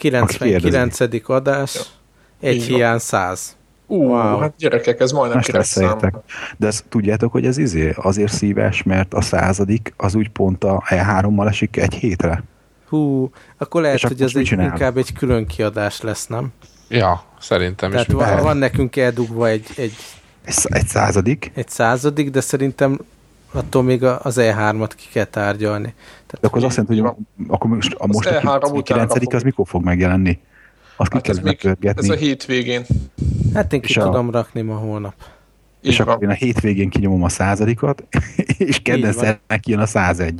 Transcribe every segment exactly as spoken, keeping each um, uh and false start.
kilencvenkilencedik adás, ja. Egy hiány száz. Ú, wow. Hát gyerekek, ez majdnem kilenc. De ezt tudjátok, hogy ez izé azért szíves, mert a századik az úgy pont a E hárommal esik egy hétre. Hú, akkor lehet, és hogy ez egy, inkább egy külön kiadás lesz, nem? Ja, szerintem Tehát is. Tehát van nekünk eldugva egy, egy... Egy, egy századik. Egy századik, de szerintem attól még az E hármat ki kell tárgyalni. Tehát, de akkor az azt jelenti, hogy akkor most a most a kilencedik az mikor fog megjelenni? Azt hát ez, még, ez a hétvégén. Hát én ki tudom rakni ma holnap. És így akkor van. Én a hétvégén kinyomom a századikat, és kedden szernek jön a százegy.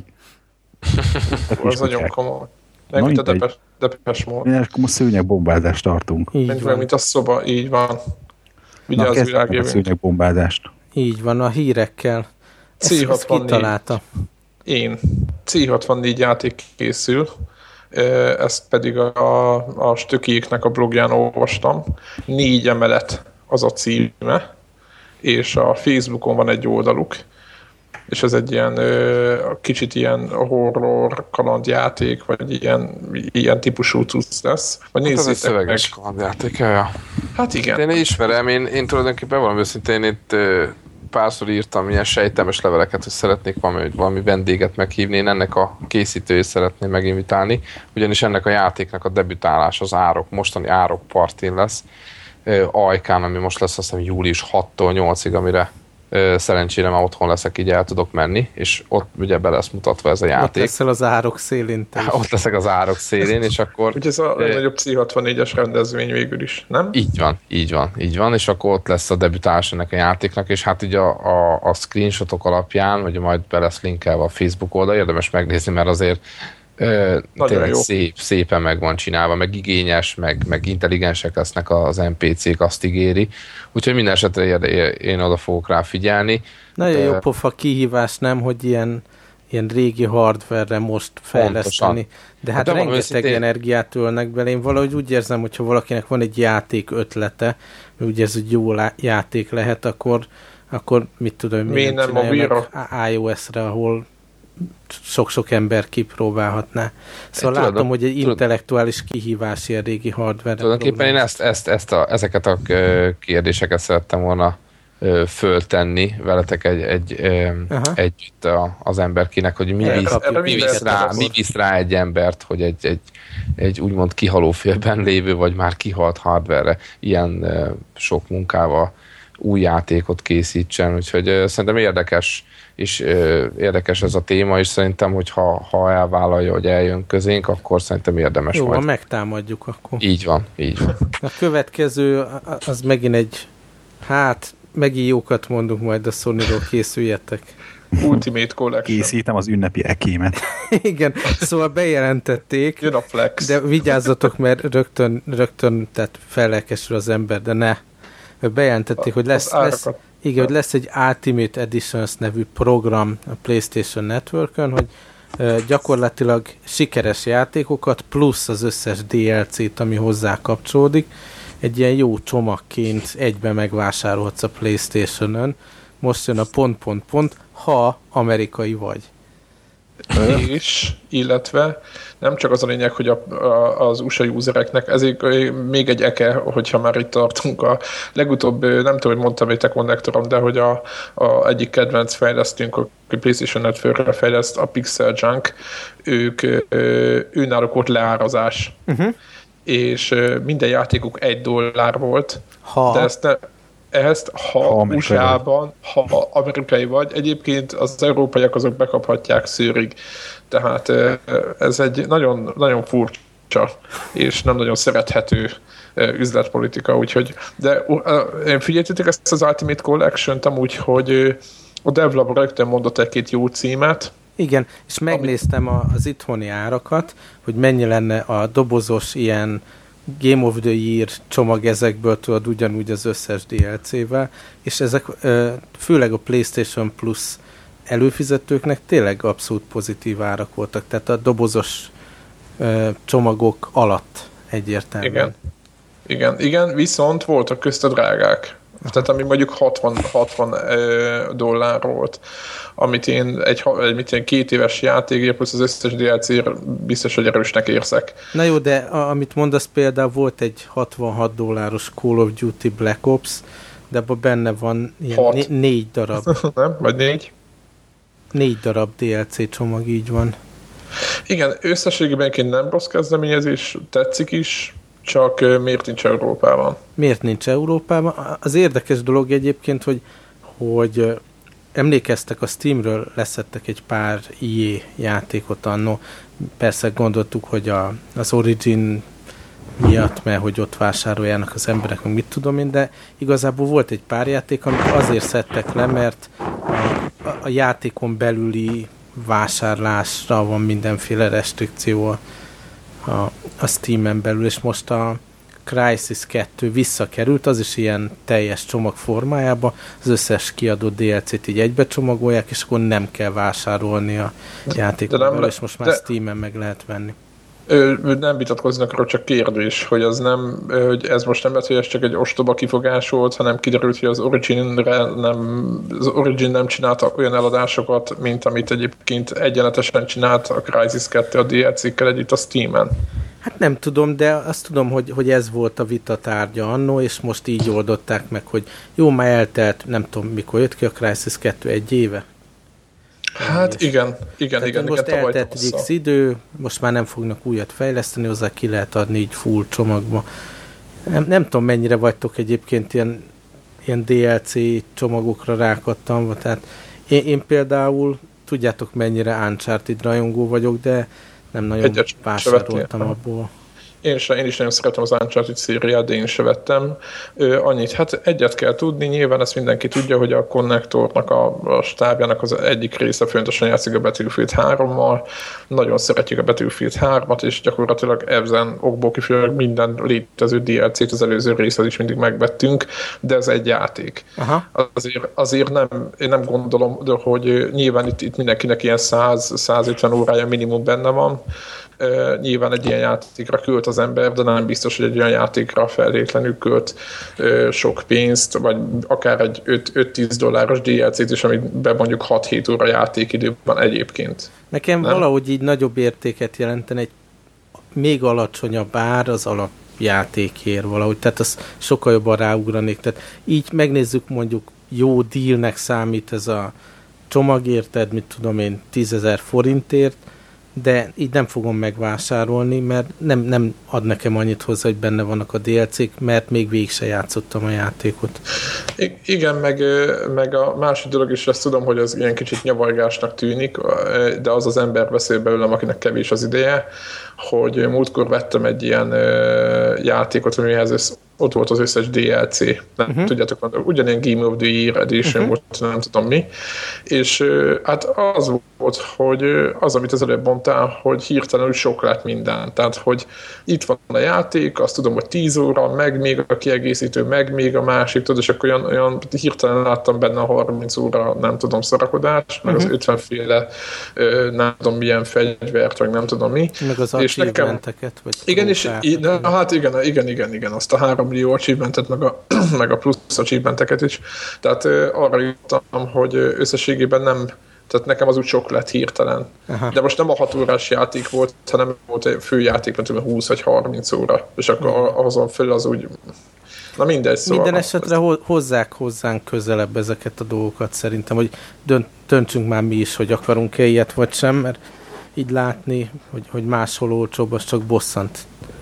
Az nagyon komoly. Meg mint a Depes, Depes Mód. Akkor most szőnyegbombázást tartunk. Mint, van. Mint a szoba, így van. Vigyázz Na, kezdjük a szőnyegbombázást. Így van, a hírekkel. C hatvannégy. Ezt kitalálta. Én. C hatvannégy játék készül. Ezt pedig a, a Stökiéknek a blogján olvastam. Négy emelet az a címe, és a Facebookon van egy oldaluk, és ez egy ilyen kicsit ilyen horror kalandjáték, vagy ilyen, ilyen típusú cucc lesz. Vagy hát ez egy szöveges kalandjáték, ja. Hát igen. Én ismerem, én, én tulajdonképpen valami őszintén itt párszor írtam ilyen sejtelmes leveleket, hogy szeretnék valami, valami vendéget meghívni, én ennek a készítőjét szeretném meginvitálni, ugyanis ennek a játéknak a debütálás az árok, mostani árok partin lesz, Ajkán, ami most lesz azt hiszem július hatodikától nyolcadikáig, amire szerencsére már otthon leszek, így el tudok menni, és ott ugye be lesz mutatva ez a játék. Ott leszel az árok szélén. Ott leszek az árok szélén, és akkor... Ugye ez a legnagyobb C hatvannégyes rendezvény végül is, nem? Így van, így van, így van, és akkor ott lesz a debütálás ennek a játéknak, és hát ugye a, a, a screenshotok alapján, vagy majd be lesz linkelve a Facebook oldal, érdemes megnézni, mert azért Ö, tényleg szép, szépen meg van csinálva, meg igényes, meg, meg intelligensek lesznek az en pé cék, azt ígéri. Úgyhogy minden esetre én oda fogok rá figyelni. Nagyon jó pofa kihívás, nem, hogy ilyen, ilyen régi hardware-re most fejleszteni. Pontosan. De hát, hát de rengeteg én... energiát ölnek bele. Én valahogy úgy érzem, hogyha valakinek van egy játék ötlete, ugye ez egy jó játék lehet, akkor, akkor mit tudom, miért nem mobilra? iOS-re, ahol sok-sok ember kipróbálhatná. Szóval tudod, látom, hogy egy tudod, intellektuális kihívás ilyen régi hardware. Tulajdonképpen én ezt, ezt, ezt a, ezeket a kérdéseket szerettem volna föltenni veletek egy, egy, együtt az emberkinek, hogy mi visz, mi, visz rá, mi visz rá egy embert, hogy egy, egy, egy úgymond kihalófélben lévő, vagy már kihalt hardware-re ilyen sok munkával új játékot készítsen, úgyhogy szerintem érdekes és ö, érdekes ez a téma, és szerintem, hogy ha, ha elvállalja, hogy eljön közénk, akkor szerintem érdemes jó, majd. Jó, megtámadjuk akkor. Így van, így van. A következő, az megint egy, hát, megint jókat mondunk majd a Sony-ról, készüljetek. Ultimate Collection. Készítem az ünnepi ekémet. Igen, szóval bejelentették. Jön a flex. De vigyázzatok, mert rögtön, rögtön tehát fellelkesül az ember, de ne. Bejelentették, hogy lesz, lesz igen, hogy lesz egy Ultimate Editions nevű program a PlayStation Networkön, hogy uh, gyakorlatilag sikeres játékokat plusz az összes dé el cét, ami hozzá kapcsolódik, egy ilyen jó csomagként egybe megvásárolhatsz a PlayStation-ön. Most jön a pont, pont, pont, ha amerikai vagy. És, illetve nem csak az a lényeg, hogy a, a, az u es á usereknek, ezért még egy eke, hogyha már itt tartunk, a legutóbb, nem tudom, hogy mondtam egy Connectorom, de hogy a, a egyik kedvenc fejlesztőnk, a PlayStation Network-re fejleszt, a Pixel Junk, ők, őnáluk volt leárazás. Uh-huh. És minden játékuk egy dollár volt, ha. De ezt ne, ezt, ha, ha u es á-ban, ha amerikai vagy, egyébként az európaiak azok bekaphatják szőrig. Tehát ez egy nagyon, nagyon furcsa és nem nagyon szerethető üzletpolitika, úgyhogy, de figyeljetek ezt az Ultimate Collection-t amúgy, hogy a Devlab rögtön mondott egy-két jó címet. Igen, és megnéztem a, az itthoni árakat, hogy mennyi lenne a dobozos ilyen Game of the Year csomag ezekből, tudod, ugyanúgy az összes dé el cével, és ezek főleg a PlayStation Plus előfizetőknek tényleg abszolút pozitív árak voltak, tehát a dobozos csomagok alatt egyértelműen. Igen, igen, igen, viszont voltak közt a drágák. Tehát ami mondjuk hatvan, hatvan dollár volt, amit én egy, egy én két éves játékért plusz az összes dé el cé-ért biztos, hogy erősnek érzek. Na jó, de a, amit mondasz, például volt egy hatvanhat dolláros Call of Duty Black Ops, de abban benne van ilyen né- négy darab. Nem? Vagy négy? Négy darab dé el cé csomag, így van. Igen, összességében nem rossz kezdeményezés, tetszik is, csak miért nincs Európában? Miért nincs Európában? Az érdekes dolog egyébként, hogy, hogy emlékeztek, a Steamről leszettek egy pár i á játékot annó. Persze gondoltuk, hogy a, az Origin miatt, mert hogy ott vásároljának az emberek, meg mit tudom én, de igazából volt egy pár játék, amit azért szedtek le, mert a, a játékon belüli vásárlásra van mindenféle restrikció a, a, a Steamen belül, és most a Crysis kettő visszakerült, az is ilyen teljes csomag formájába, az összes kiadott dé el cét így egybe csomagolják, és akkor nem kell vásárolni a játékon belül, és most már de... Steamen meg lehet venni. Ő, nem vitatkoznak arról, csak kérdés, hogy, az nem, hogy ez most nem lehet, hogy ez csak egy ostoba kifogás volt, hanem kiderült, hogy az Origin-re nem, az Origin nem csinálta olyan eladásokat, mint amit egyébként egyenletesen csinált a Crysis kettő a dé el cé-kkel együtt a Steamen. Hát nem tudom, de azt tudom, hogy, hogy ez volt a vita tárgya annó, és most így oldották meg, hogy jó, már eltelt, nem tudom, mikor jött ki a Crysis kettő, egy éve? Hát és igen, igen, igen. Most igen, eltelt egy x idő, most már nem fognak újat fejleszteni, hozzá ki lehet adni így full csomagba. Nem, nem tudom, mennyire vagytok egyébként ilyen, ilyen dé el cé csomagokra rákattamva, tehát én, én például, tudjátok mennyire Uncharted rajongó vagyok, de nem nagyon Egyet vásároltam abból. Én, se, én is nagyon szeretem az Uncharted szériát, de én se vettem Ö, annyit. Hát egyet kell tudni, nyilván ezt mindenki tudja, hogy a Connectornak, a, a stábjának az egyik része fontosan játszik a Battlefield hárommal. Nagyon szeretjük a Battlefield hármat, és gyakorlatilag ezen okból kifejezőleg minden létező dé el cét az előző részhez is mindig megvettünk, de ez egy játék. Aha. Azért, azért nem, én nem gondolom, de hogy nyilván itt, itt mindenkinek ilyen száz-százötven órája minimum benne van. Uh, nyilván egy ilyen játékra költ az ember, de nem biztos, hogy egy olyan játékra feltétlenül költ uh, sok pénzt, vagy akár egy öt-tíz dolláros dé el cét is, amit be mondjuk hat-hét óra játékidőben egyébként. Nekem nem? Valahogy így nagyobb értéket jelentene egy még alacsonyabb ár az alapjátékért valahogy, tehát az sokkal jobban ráugranék. Tehát így megnézzük, mondjuk jó dealnek számít ez a csomag, érted, mit tudom én, tízezer forintért, de így nem fogom megvásárolni, mert nem, nem ad nekem annyit hozzá, hogy benne vannak a dé el cék, mert még végig se játszottam a játékot. I- igen, meg, meg a másik dolog is, ezt tudom, hogy az ilyen kicsit nyavargásnak tűnik, de az az ember beszél belőlem, akinek kevés az ideje, hogy múltkor vettem egy ilyen játékot, amihez össz, ott volt az összes dé el cé. Nem uh-huh. tudjátok, ugyanilyen Game of the Year Edition uh-huh. volt, nem tudom mi. És hát az volt, hogy az, amit az előbb mondtál, hogy hirtelen úgy sok lett minden. Tehát, hogy itt van a játék, azt tudom, hogy tíz óra, meg még a kiegészítő, meg még a másik, tudod, és akkor olyan, olyan hirtelen láttam benne a harminc óra, nem tudom, szarakodást, meg uh-huh. az ötven féle, nem tudom, milyen fegyvert, vagy nem tudom mi. Meg az achievementeket, vagy igen, és de, hát igen, igen, igen, igen, azt a három millió achievementet, meg a, meg a plusz achievementeket is. Tehát arra jutottam, hogy összességében nem, tehát nekem az úgy sok lett hirtelen. Aha. De most nem a hat órás játék volt, hanem volt egy főjáték, mert húsz vagy harminc óra, és akkor hmm. azon föl az úgy, na mindegy. Szóval minden esetre ez... hozzák hozzánk közelebb ezeket a dolgokat szerintem, hogy döntsünk már mi is, hogy akarunk-e ilyet vagy sem, mert így látni, hogy, hogy máshol olcsóbb, az csak bosszant.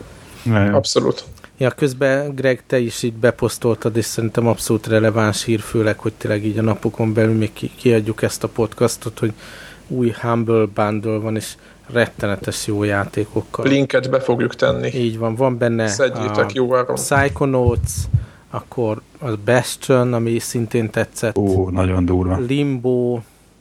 Abszolút. Ja, közben Greg, te is így beposztoltad, és szerintem abszolút releváns hír, főleg, hogy tényleg így a napokon belül még ki, kiadjuk ezt a podcastot, hogy új Humble Bundle van, és rettenetes jó játékokkal. Linket be fogjuk tenni. Így van, van benne Szedjétek, a jó áron. Psychonauts, akkor a Bastion, ami szintén tetszett. Ó, nagyon durva. Limbo.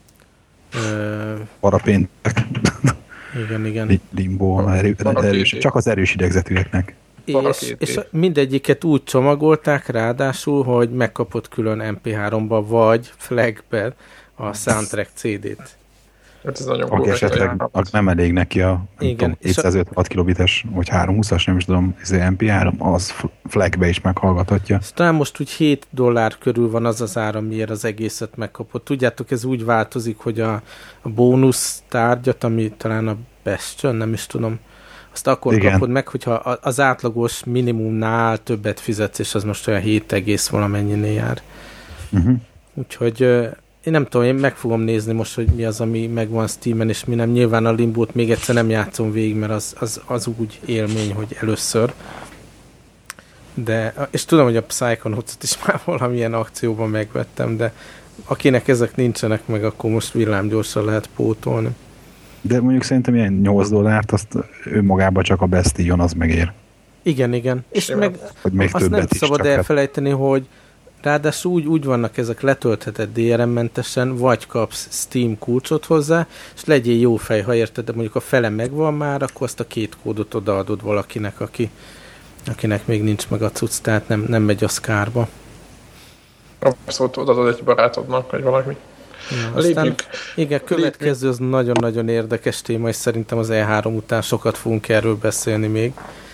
Parapéntek. Igen, igen. Limbo, erő, erős, csak az erős idegzetűeknek. És, és mindegyiket úgy csomagolták, ráadásul, hogy megkapott külön em pé háromba vagy flagben a soundtrack cé dét. Hát ez nagyon aki esetleg nem elég neki a hétszázötvenhat kilobites, vagy háromszázhúszas, nem is tudom, ez em pé három, az flagbe is meghallgathatja. Talán most úgy hét dollár körül van az az ára, miért az egészet megkapott. Tudjátok, ez úgy változik, hogy a, a bónusz tárgyat, ami talán a Bastion, nem is tudom, azt akkor igen. kapod meg, hogyha az átlagos minimumnál többet fizetsz, és az most olyan hét egész valamennyinél jár. Uh-huh. Úgyhogy én nem tudom, én meg fogom nézni most, hogy mi az, ami megvan Steamen, és mi nem. Nyilván a Limbót még egyszer nem játszom végig, mert az, az, az úgy élmény, hogy először. De, és tudom, hogy a Psychonauts-ot is már valamilyen akcióban megvettem, de akinek ezek nincsenek meg, akkor most villámgyorsan lehet pótolni. De mondjuk szerintem ilyen nyolc dollárt, azt önmagában csak a Bastion az megér. Igen, igen. És igen. meg azt nem szabad elfelejteni, hogy ráadásul úgy, úgy vannak ezek letölthetett dé er em-mentesen, vagy kapsz Steam kulcsot hozzá, és legyél jó fej, ha érted, de mondjuk a fele megvan már, akkor azt a két kódot odaadod valakinek, aki, akinek még nincs meg a cucc, tehát nem, nem megy a szkárba. Szóval odaadod egy barátodnak, vagy valami. Ja, aztán, igen, következő az nagyon-nagyon érdekes téma, és szerintem az E három után sokat fogunk erről beszélni még.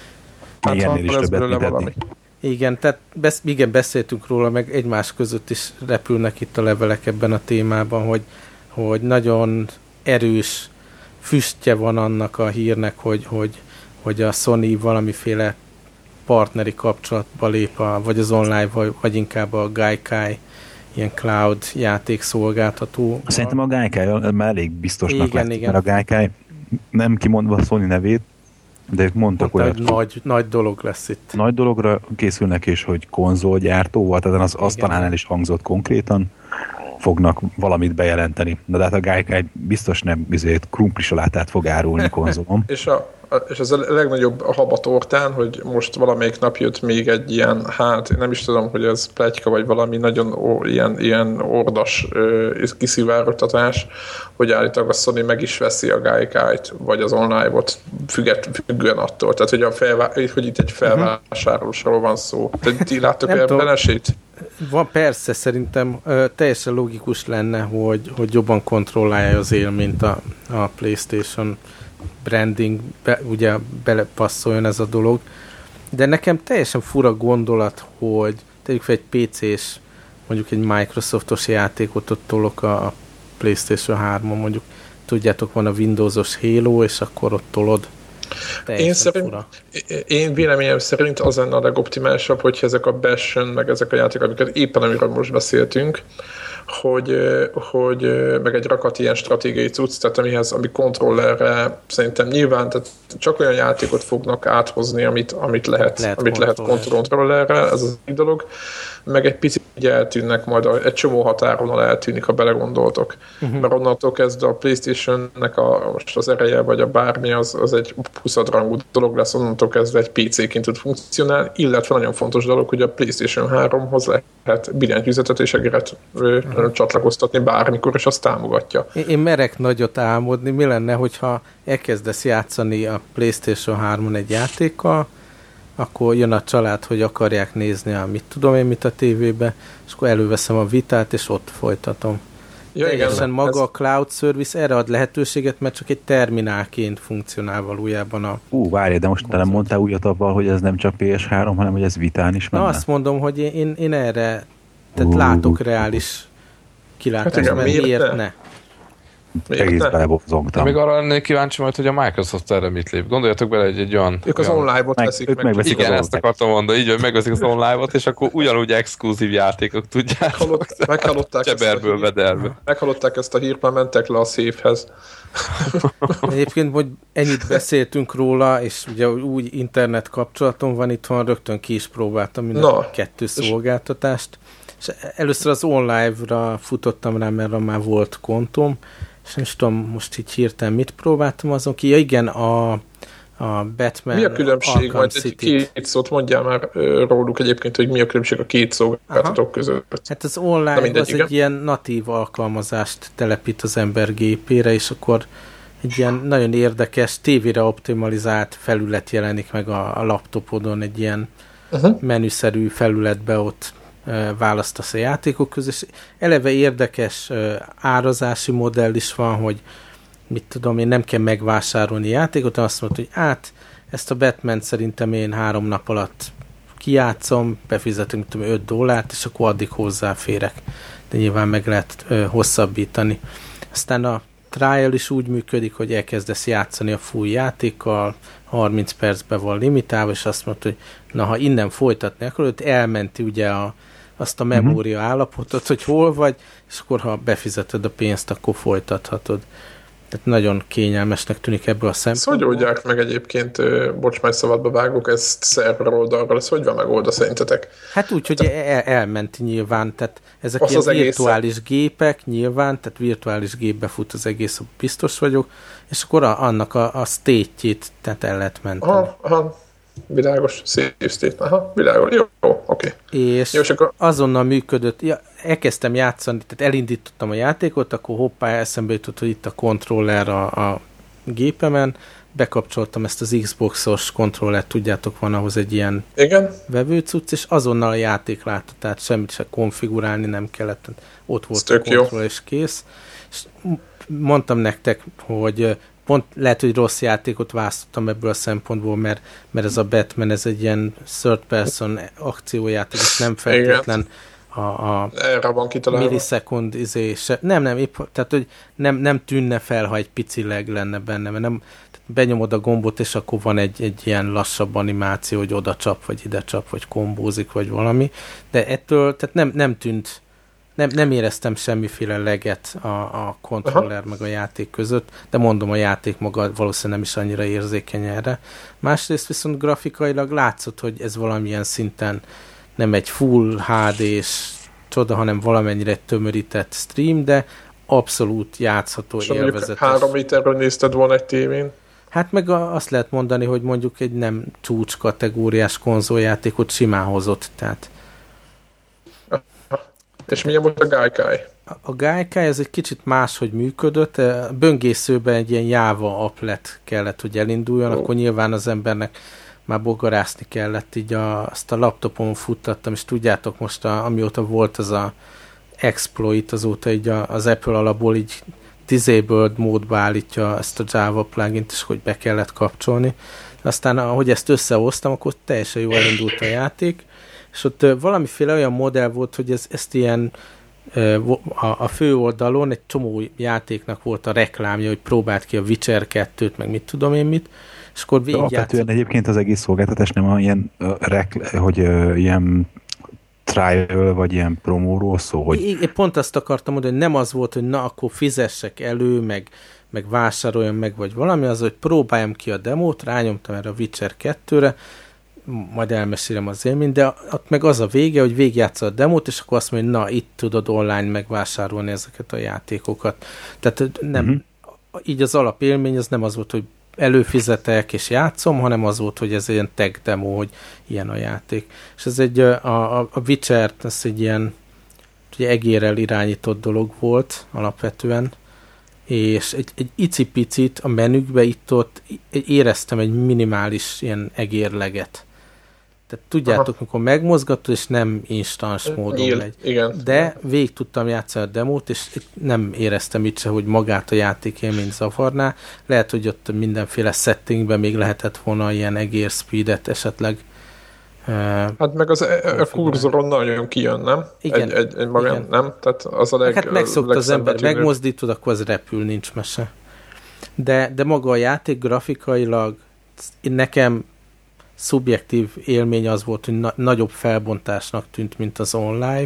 Hát, még ennél is többet valami. Igen, tehát besz, igen, beszéltünk róla, meg egymás között is repülnek itt a levelek ebben a témában, hogy, hogy nagyon erős füstje van annak a hírnek, hogy, hogy, hogy a Sony valamiféle partneri kapcsolatba lép, a, vagy az online, vagy, vagy inkább a Gaikai ilyen cloud játékszolgáltató. Szerintem a Gaikai már elég biztosnak igen, lett, igen. mert a Gaikai nem kimondva a Sony nevét, de ők mondtak olyan, hogy nagy, nagy dolog lesz itt. Nagy dologra készülnek, és hogy konzolgyártó volt, tehát az, az talán el is hangzott konkrétan, fognak valamit bejelenteni. Na de hát a Gaikai biztos nem bizonyít krumplisalátát fog árulni konzolom. és, a, a, és ez a legnagyobb a habatortán, hogy most valamelyik nap jött még egy ilyen, hát nem is tudom, hogy ez pletyka, vagy valami nagyon ó, ilyen, ilyen ordas ö, kiszivárogtatás, hogy állítólag a Sony meg is veszi a Gaikait, vagy az online-ot függet, függően attól. Tehát, hogy, a felvá, hogy itt egy felvásárlósról van szó. Tehát ti láttok ebben esélyt? Van, persze, szerintem ö, teljesen logikus lenne, hogy, hogy jobban kontrollálja az élményt a, a PlayStation branding, be, ugye belepasszoljon ez a dolog. De nekem teljesen fura gondolat, hogy tegyük fel egy pé cés, mondjuk egy Microsoftos játékot ott tolok a PlayStation hármon, mondjuk tudjátok, van a Windowsos Halo, és akkor ott tolod. Én, szerint, én véleményem szerint az lenne a legoptimálisabb, hogyha ezek a Bastion, meg ezek a játékok, amiket éppen amiről most beszéltünk, hogy, hogy meg egy rakat ilyen stratégiai cucc, tehát amihez, ami kontrollerre szerintem nyilván, tehát csak olyan játékot fognak áthozni, amit, amit lehet, lehet amit kontroller. lehet kontrollerre, ez az egy dolog, meg egy picit ugye eltűnnek majd, a, egy csomó határon eltűnik, ha belegondoltok. Uh-huh. Mert onnantól kezdve a PlayStation-nek a, most az ereje, vagy a bármi, az, az egy huszadrangú dolog lesz, onnantól kezdve egy pé cé-ként tud funkcionálni, illetve nagyon fontos dolog, hogy a PlayStation háromhoz lehet billentyűzetet és egeret uh-huh. csatlakoztatni bármikor, és azt támogatja. Én, én merek nagyot álmodni, mi lenne, hogyha elkezdesz játszani a PlayStation hármon egy játékkal, akkor jön a család, hogy akarják nézni a mit tudom én, mit a tévébe, és akkor előveszem a vitát, és ott folytatom. Ja, teljesen igen, maga ez... a cloud service erre ad lehetőséget, mert csak egy terminálként funkcionál valójában a... Ú, várj, de most te nem mondtál újat abban, hogy ez nem csak pé es három, hanem hogy ez vitán is menne? Na azt mondom, hogy én, én, én erre tehát uh. látok reális kilátást, hát igen, mert miért, miért ne? ne? Egész belebozongtam. Még arra lennék kíváncsi majd, hogy a Microsoft erre mit lép. Gondoljatok bele, egy, egy olyan... Ők az olyan... online-ot meg, veszik meg. meg igen, ezt akartam mondani, így, hogy megveszik az online-ot, és akkor ugyanúgy exkluzív játékok tudják. Meghallották Cseberből vedelbe. Meghallották ezt a hírt, már mentek le a széfhez. Egyébként, hogy ennyit beszéltünk róla, és ugye úgy internet kapcsolatom van itthon, rögtön ki is próbáltam mind a no. kettő szolgáltatást. És először az online-ra futottam rá, mert már volt kontom, és nem is tudom, most így hirtelen mit próbáltam azon ki. Ja igen, a, a Batman mi a különbség? Majd egy két szót mondjál már róluk egyébként, hogy mi a különbség a két szolgáltatók között. Hát az online mindegy, az igen? egy ilyen natív alkalmazást telepít az ember gépére, és akkor egy ilyen nagyon érdekes, tévére optimalizált felület jelenik meg a, a laptopodon, egy ilyen uh-huh. menüszerű felületbe ott választasz a játékok között, és eleve érdekes árazási modell is van, hogy mit tudom én, nem kell megvásárolni játékot, azt mondta, hogy hát ezt a Batman szerintem én három nap alatt kijátszom, befizetünk tudom, öt dollárt, és akkor addig hozzáférek. De nyilván meg lehet ö, hosszabbítani. Aztán a trial is úgy működik, hogy elkezdesz játszani a full játékkal, harminc percben van limitálva, és azt mondta, hogy na, ha innen folytatni, akkor őt elmenti ugye a, azt a memória uh-huh. állapotot, hogy hol vagy, és akkor ha befizeted a pénzt, akkor folytathatod. Tehát nagyon kényelmesnek tűnik ebből a szempontból. Ezt hogy oldják meg egyébként, bocs, majd szabadba vágok, ezt szerver oldalról, ezt hogy van megoldva szerintetek? Hát úgy, hogy el, elmenti nyilván, tehát ezek ilyen virtuális egészen. Gépek nyilván, tehát virtuális gépbe fut az egész, biztos vagyok, és akkor a, annak a, a state-jét, tehát el lehet menteni. Aha, aha. Világos, szép state, aha, világos, jó, jó oké. És, jó, és akkor... azonnal működött, ja, elkezdtem játszani, tehát elindítottam a játékot, akkor hoppá, eszembe jutott, hogy itt a kontroller a, a gépemen, bekapcsoltam ezt az Xboxos kontrollert, tudjátok, van ahhoz egy ilyen igen. vevőcucc, és azonnal a játék látta, tehát semmit se konfigurálni nem kellett, ott volt a kontroll, és kész. És mondtam nektek, hogy pont lehet, hogy rossz játékot választottam ebből a szempontból, mert, mert ez a Batman, ez egy ilyen third person akciójáték, és nem feltétlen a, a millisekund izé se. Nem, nem, épp, tehát hogy nem, nem tűnne fel, ha egy picileg lenne benne, mert nem, benyomod a gombot, és akkor van egy, egy ilyen lassabb animáció, hogy oda csap, vagy ide csap, vagy kombózik, vagy valami, de ettől, tehát nem, nem tűnt Nem, nem éreztem semmiféle leget a, a kontroller meg a játék között, de mondom, a játék maga valószínűleg nem is annyira érzékeny erre. Másrészt viszont grafikailag látszott, hogy ez valamilyen szinten nem egy full há dés csoda, hanem valamennyire egy tömörített stream, de abszolút játszható, és élvezetes. Három méterről nézted volna egy tévén? Hát meg a, azt lehet mondani, hogy mondjuk egy nem csúcs kategóriás konzoljátékot simán hozott, tehát és milyen volt a Gaikai? A Gaikai ez egy kicsit máshogy működött. A böngészőben egy ilyen Java applet kellett, hogy elinduljon, oh. akkor nyilván az embernek már bogarászni kellett, így a, azt a laptopon futtattam, és tudjátok most, a, amióta volt az a exploit, azóta így a, az Apple alapból így disabled módba állítja ezt a Java plugint, és hogy be kellett kapcsolni. Aztán, ahogy ezt összehoztam, akkor teljesen jól elindult a játék, és ott valamiféle olyan modell volt, hogy ez, ezt ilyen a, a fő oldalon egy csomó játéknak volt a reklámja, hogy próbált ki a Witcher kettőt, meg mit tudom én mit, és akkor végigjátszott. Alapvetően egyébként az egész szolgáltatás nem a ilyen, uh, rekl- hogy uh, ilyen trial, vagy ilyen promóról szó, hogy... Én pont azt akartam mondani, hogy nem az volt, hogy na, akkor fizessek elő, meg, meg vásároljam meg, vagy valami, az, hogy próbáljam ki a demót, rányomtam erre a Witcher kettőre, majd elmesélem az élményt, de ott meg az a vége, hogy végigjátsza a demót, és akkor azt mondja, hogy na, itt tudod online megvásárolni ezeket a játékokat. Tehát nem, uh-huh. így az alapélmény az nem az volt, hogy előfizetek és játszom, hanem az volt, hogy ez egy ilyen tech demo, hogy ilyen a játék. És ez egy, a, a, a Witcher, ez egy ilyen ugye egérrel irányított dolog volt alapvetően, és egy, egy icipicit a menükbe itt-ott éreztem egy minimális ilyen egérleget. Tehát tudjátok, aha. mikor megmozgatod, és nem instans módon Nyíl, megy. Igen. De végig tudtam játszani a demót, és nem éreztem itt se, hogy magát a játékélményt zavarná. Lehet, hogy ott mindenféle settingben még lehetett volna ilyen egér speedet esetleg. Hát meg az, a kurzoron nagyon kijön, nem? Igen. Egy, egy, egy magán, igen. Nem? Tehát az a leg, hát megszokta az ember, megmozdítod, akkor az repül, nincs mese. De, de maga a játék grafikailag nekem szubjektív élmény az volt, hogy na- nagyobb felbontásnak tűnt, mint az OnLive.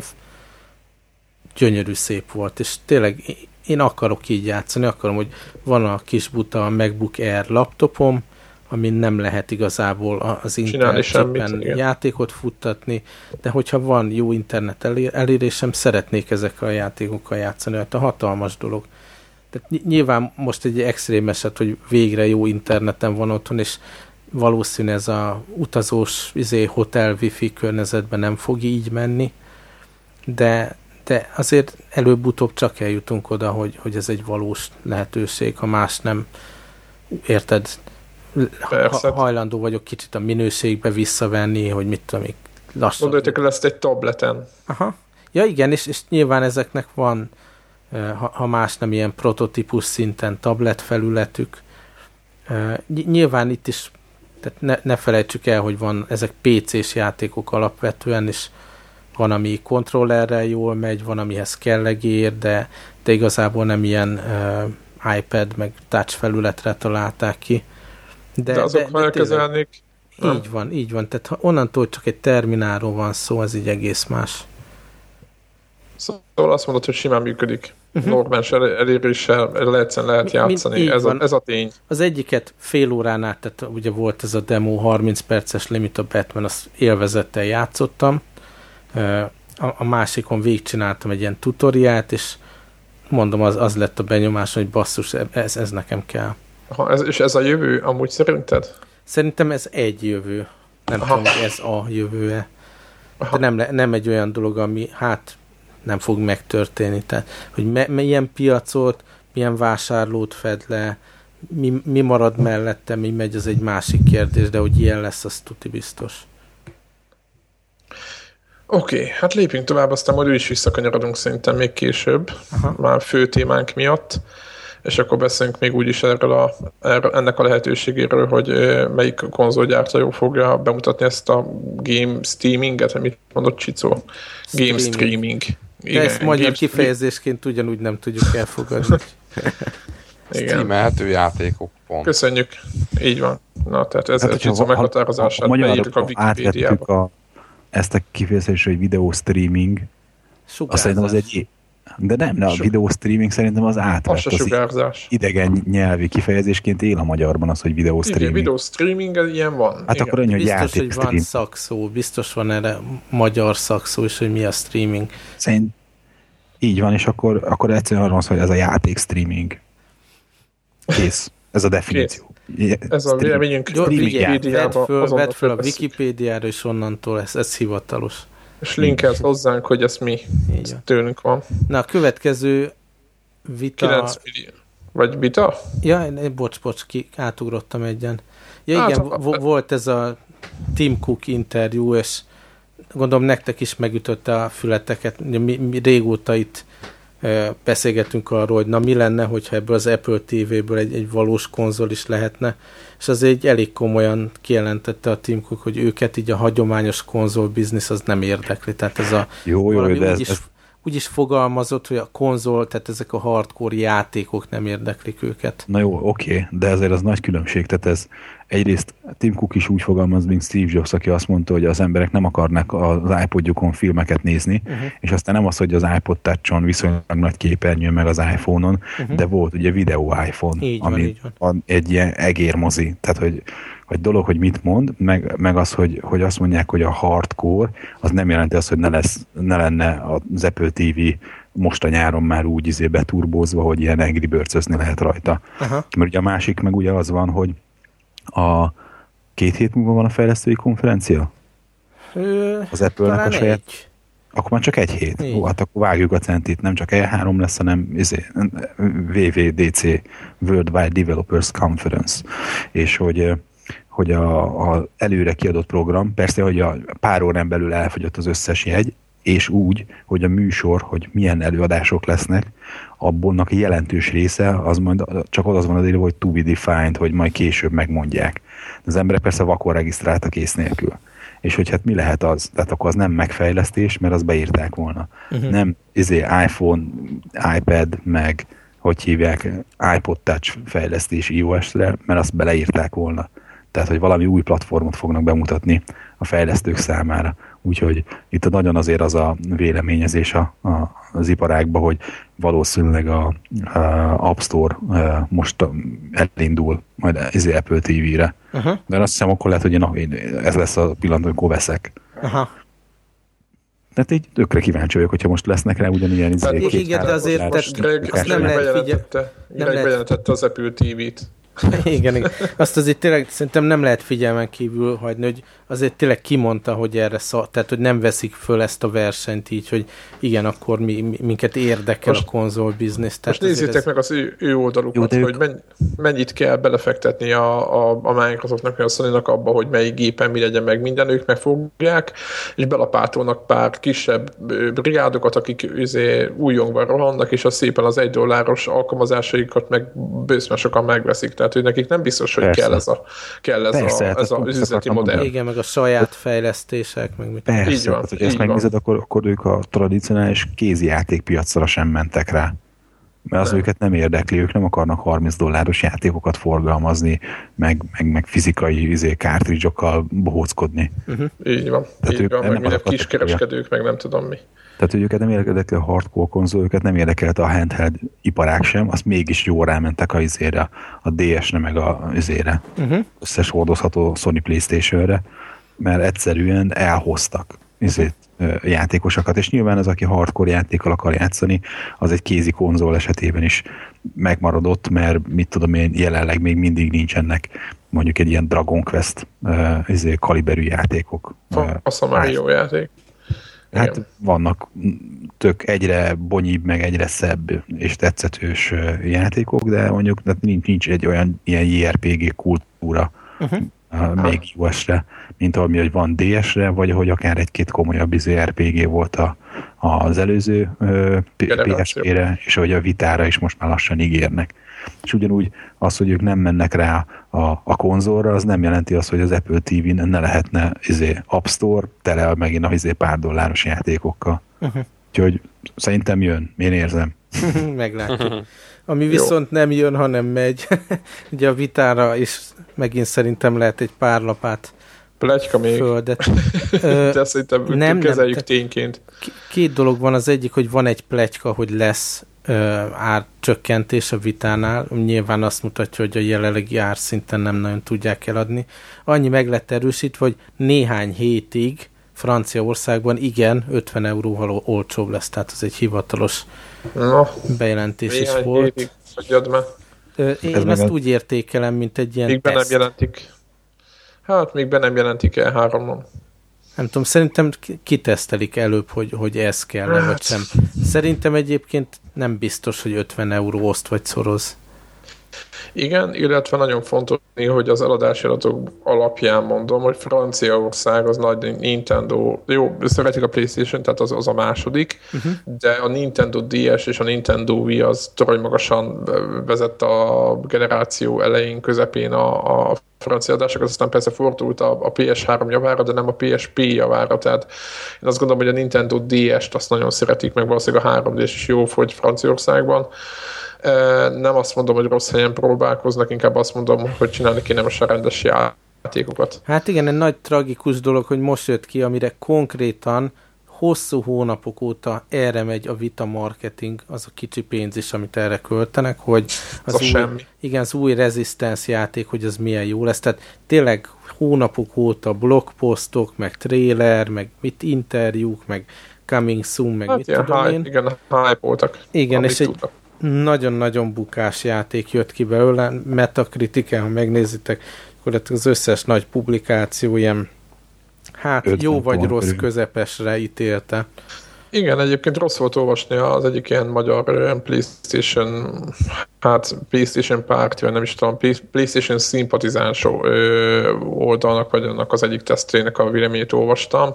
Gyönyörű szép volt, és tényleg én akarok így játszani, akarom, hogy van a kis buta a MacBook Air laptopom, amin nem lehet igazából az internet játékot futtatni, de hogyha van jó internet elérésem, szeretnék ezekkel a játékokkal játszani, hát a hatalmas dolog. Tehát nyilván most egy extrém eset, hogy végre jó interneten van otthon, és valószínű ez a utazós izé, hotel wifi környezetben nem fog így menni, de, de azért előbb-utóbb csak eljutunk oda, hogy, hogy ez egy valós lehetőség, ha más nem, érted, ha, hajlandó vagyok kicsit a minőségbe visszavenni, hogy mit tudom, még lassan. Gondoljátok, hogy lesz egy tableten. Aha. Ja igen, és, és nyilván ezeknek van ha, ha más nem ilyen prototípus szinten tablet felületük. Nyilván itt is, tehát ne, ne felejtsük el, hogy van ezek pé cés játékok alapvetően, és van, ami kontrollerrel jól megy, van, amihez kell egér, de, de igazából nem ilyen uh, iPad meg touch felületre találták ki. De, de azok már elkezelnék. Így van, így van. Tehát ha onnantól csak egy terminálról van szó, az így egész más. Szóval azt mondod, hogy simán működik. Uh-huh. Normális eléréssel lehetsen lehet játszani. Mi, ez, a, ez a tény. Az egyiket fél órán át, tehát ugye volt ez a demo, harminc perces limit, a Batman, azt élvezettel játszottam. A, a másikon végigcsináltam egy ilyen tutoriát, és mondom, az, az lett a benyomás, hogy basszus, ez, ez nekem kell. Ha, ez, és ez a jövő amúgy szerinted? Szerintem ez egy jövő. Nem Aha. tudom, hogy ez a jövője. Aha. De nem, nem egy olyan dolog, ami hát nem fog megtörténni. Tehát, hogy me, milyen piacot, milyen vásárlót fed le, mi, mi marad mellette, mi megy, az egy másik kérdés, de hogy ilyen lesz, az tuti biztos. Oké, okay, hát lépjünk tovább, aztán majd ő is visszakanyarodunk szerintem még később, Aha. már fő témánk miatt, és akkor beszélünk még úgyis erről a, erről, ennek a lehetőségéről, hogy melyik konzolgyártó fogja bemutatni ezt a game streaminget, amit mondott Csicó. Game streaming. De igen, ezt magyar kifejezésként ugyanúgy nem tudjuk elfogadni. Streamelhető játékok. Pont. Köszönjük. Így van. Na, tehát ez hát, a Csicó meghatározását beírjuk a Wikipédiába. Ezt a kifejezést, hogy videó streaming, azt szerintem az egy... De nem, de a videó streaming szerintem az átvett. Az idegen nyelvi kifejezésként él a magyarban az, hogy videó streaming. Igen, videó streaming, ilyen van. Hát igen. Akkor annyi, hogy biztos, játék hogy stream. Van szakszó, biztos van erre magyar szakszó is, hogy mi a streaming. Szerint így van, és akkor, akkor egyszerűen arra van szó, hogy ez a játék streaming. Kész. Ez a definíció. Kész. Ez a véleményünk. Vedd föl, vedd föl a Wikipédiára, és onnantól ez, ez hivatalos. És linkelt hozzánk, hogy ez mi ez tőlünk van. Na, a következő vita... kilenc millió. Vagy vita? Ja, bocs, bocs, ki, átugrottam egyen. Ja, hát, igen, a... volt ez a Tim Cook interjú, és gondolom nektek is megütötte a fületeket. Mi, mi régóta itt e, beszélgetünk arról, hogy na mi lenne, hogyha ebből az Apple té véből egy, egy valós konzol is lehetne, és azért elég komolyan kijelentette a Tim Cook, hogy őket így a hagyományos konzol biznisz az nem érdekli. Tehát ez a jó, jó, de ez, úgy, is, ez... úgy is fogalmazott, hogy a konzol, tehát ezek a hardcore játékok nem érdeklik őket. Na jó, oké, de ezért az nagy különbség. Tehát ez egyrészt Tim Cook is úgy fogalmaz, mint Steve Jobs, aki azt mondta, hogy az emberek nem akarnak az iPodjukon filmeket nézni, uh-huh. és aztán nem az, hogy az iPod Touch-on viszonylag nagy képernyő, meg az iPhone-on, uh-huh. de volt ugye videó iPhone, így ami van, így van. egy ilyen egérmozi. Tehát, hogy, hogy dolog, hogy mit mond, meg, meg az, hogy, hogy azt mondják, hogy a hardcore, az nem jelenti azt, hogy ne, lesz, ne lenne az Apple té vé most a nyáron már úgy izé beturbózva, hogy ilyen Angry Birds-özni lehet rajta. Uh-huh. Mert ugye a másik meg ugye az van, hogy a két hét múlva van a fejlesztői konferencia? Ö, az Apple-nek a saját... Egy. Akkor már csak egy hét. Ó, hát akkor vágjuk a centit. Nem csak E három lesz, hanem izé, dupla vé dé cé, Worldwide Developers Conference. És hogy, hogy a, a előre kiadott program, persze, hogy a pár órán belül elfogyott az összes jegy, és úgy, hogy a műsor, hogy milyen előadások lesznek, abból a jelentős része, az majd csak az van az írva, hogy to be defined, hogy majd később megmondják. Az emberek persze vakon regisztráltak ész nélkül. És hogy hát mi lehet az? Tehát akkor az nem megfejlesztés, mert azt beírták volna. Uh-huh. Nem izé iPhone, iPad, meg hogy hívják, iPod Touch fejlesztés iOS-re, mert azt beleírták volna. Tehát, hogy valami új platformot fognak bemutatni a fejlesztők számára. Úgyhogy itt nagyon azért az a véleményezés a, a, az iparágban, hogy valószínűleg a, a App Store a, most elindul majd az Apple té vére. Uh-huh. De azt hiszem, akkor lehet, hogy én, én, ez lesz a pillanat, amikor veszek. Aha. Tehát így tökre kíváncsi vagyok, hogyha most lesznek rá ugyanilyen izék. Igen, de azért most Greg, azt nem lehet figyelni. Greg bejelentette az Apple té vét. igen, igen. Azt azért tényleg szerintem nem lehet figyelmen kívül hagyni, hogy azért tényleg kimondta, hogy erre szó, tehát hogy nem veszik föl ezt a versenyt így, hogy igen, akkor mi, mi minket érdekel most, a konzol biznisz. Most nézzétek ez... meg az ő, ő oldalukat, Jó, hogy menny, mennyit kell belefektetni a, a, a Microsoftnak, vagy a Sony-nak abba, hogy melyik gépen mi legyen meg minden, ők megfogják, és belapátolnak pár kisebb brigádokat, akik újongva rohannak, és az szépen az egy dolláros alkalmazásaikat meg bőszben sokan megveszik. Tehát, hogy nekik nem biztos, hogy Persze. kell ez a, kell ez Persze, a, ez a üzleti modell. Igen, meg a saját fejlesztések, meg mit. Persze, így van, hogy ezt megnézed, akkor, akkor ők a tradicionális kézi játékpiacra sem mentek rá. Mert az nem. őket nem érdekli, ők nem akarnak harminc dolláros játékokat forgalmazni, meg, meg, meg fizikai izé, kártridge-okkal bohóckodni. Uh-huh. Így van, Tehát így van, meg minden kiskereskedők, meg nem tudom mi. Tehát, hogy őket nem érdekelt a hardcore konzol, őket nem érdekelte a handheld iparák sem, azt mégis jól rámentek a izére, a dé es-re, meg a izére, uh-huh. összes hordozható Sony PlayStation-re, mert egyszerűen elhoztak izét, játékosokat, és nyilván az, aki hardcore játékkal akar játszani, az egy kézi konzol esetében is megmaradott, mert mit tudom én, jelenleg még mindig nincsenek mondjuk egy ilyen Dragon Quest izé, kaliberű játékok. Azt a már jó játék. Hát igen. Vannak tök egyre bonyibb, meg egyre szebb és tetszetős játékok, de mondjuk nincs, nincs egy olyan ilyen jé er pé gé kultúra uh-huh. uh, még u es-re, mint ami, hogy van dé es-re, vagy hogy akár egy-két komolyabb izé er pé gé volt a, az előző uh, pé es pé-re, és hogy a Vitára is most már lassan ígérnek. És ugyanúgy az, hogy ők nem mennek rá a, a konzolra, az nem jelenti azt, hogy az Apple té vén ne lehetne izé, App Store, tele megint a izé, pár dolláros játékokkal. Uh-huh. Úgyhogy szerintem jön, én érzem. Meglátjuk. Ami viszont Jó. nem jön, hanem megy. Ugye a Vitára is megint szerintem lehet egy pár lapát pletyka még. Földet. De szerintem nem, kezeljük nem, tényként. Két dolog van, az egyik, hogy van egy pletyka, hogy lesz árcsökkentés a Vitánál. Nyilván azt mutatja, hogy a jelenlegi árszinten nem nagyon tudják eladni. Annyi meg lett erősítve, hogy néhány hétig Franciaországban igen, ötven euróval olcsóbb lesz, tehát ez egy hivatalos no, bejelentés is volt. Hétig, Én Ez ezt úgy értékelem, mint egy ilyen még teszt. Még be nem jelentik. Hát még be nem jelentik el háromon. Nem tudom, szerintem kitesztelik előbb, hogy, hogy ez kell, hát. vagy sem. Szerintem egyébként nem biztos, hogy ötven euró oszt vagy szoroz. Igen, illetve nagyon fontos, hogy az eladási adatok alapján mondom, hogy Franciaország az nagy Nintendo, jó, szeretik a PlayStation, tehát az, az a második, uh-huh. de a Nintendo dé es és a Nintendo Wii az torony magasan vezet a generáció elején, közepén a, a francia adásokat, aztán persze fordult a, a pé es három javára, de nem a pé es pé javára, tehát én azt gondolom, hogy a Nintendo dé est azt nagyon szeretik, meg valószínűleg a három dés is jó fogy Franciaországban. Nem azt mondom, hogy rossz helyen próbálkoznak, inkább azt mondom, hogy csinálni kéne most a rendes játékokat. Hát igen, egy nagy tragikus dolog, hogy most jött ki, amire konkrétan hosszú hónapok óta erre megy a Vita marketing, az a kicsi pénz is, amit erre költenek, hogy az, az új, semmi. Igen, az új Resistance játék, hogy az milyen jó lesz. Tehát tényleg hónapok óta blogposztok, meg trailer, meg mit interjúk, meg coming soon, meg hát mit ilyen tudom hype, én. Igen, hype voltak. Igen, és egy nagyon-nagyon bukás játék jött ki belőle. Metacritiken, ha megnézitek, akkor az összes nagy publikáció ilyen hát jó vagy rossz körül. Közepesre ítélte. Igen, egyébként rossz volt olvasni az egyik ilyen magyar PlayStation, hát PlayStation pártja, nem is tudom, PlayStation szimpatizáns oldalnak, vagy annak az egyik tesztjének a véleményét olvastam,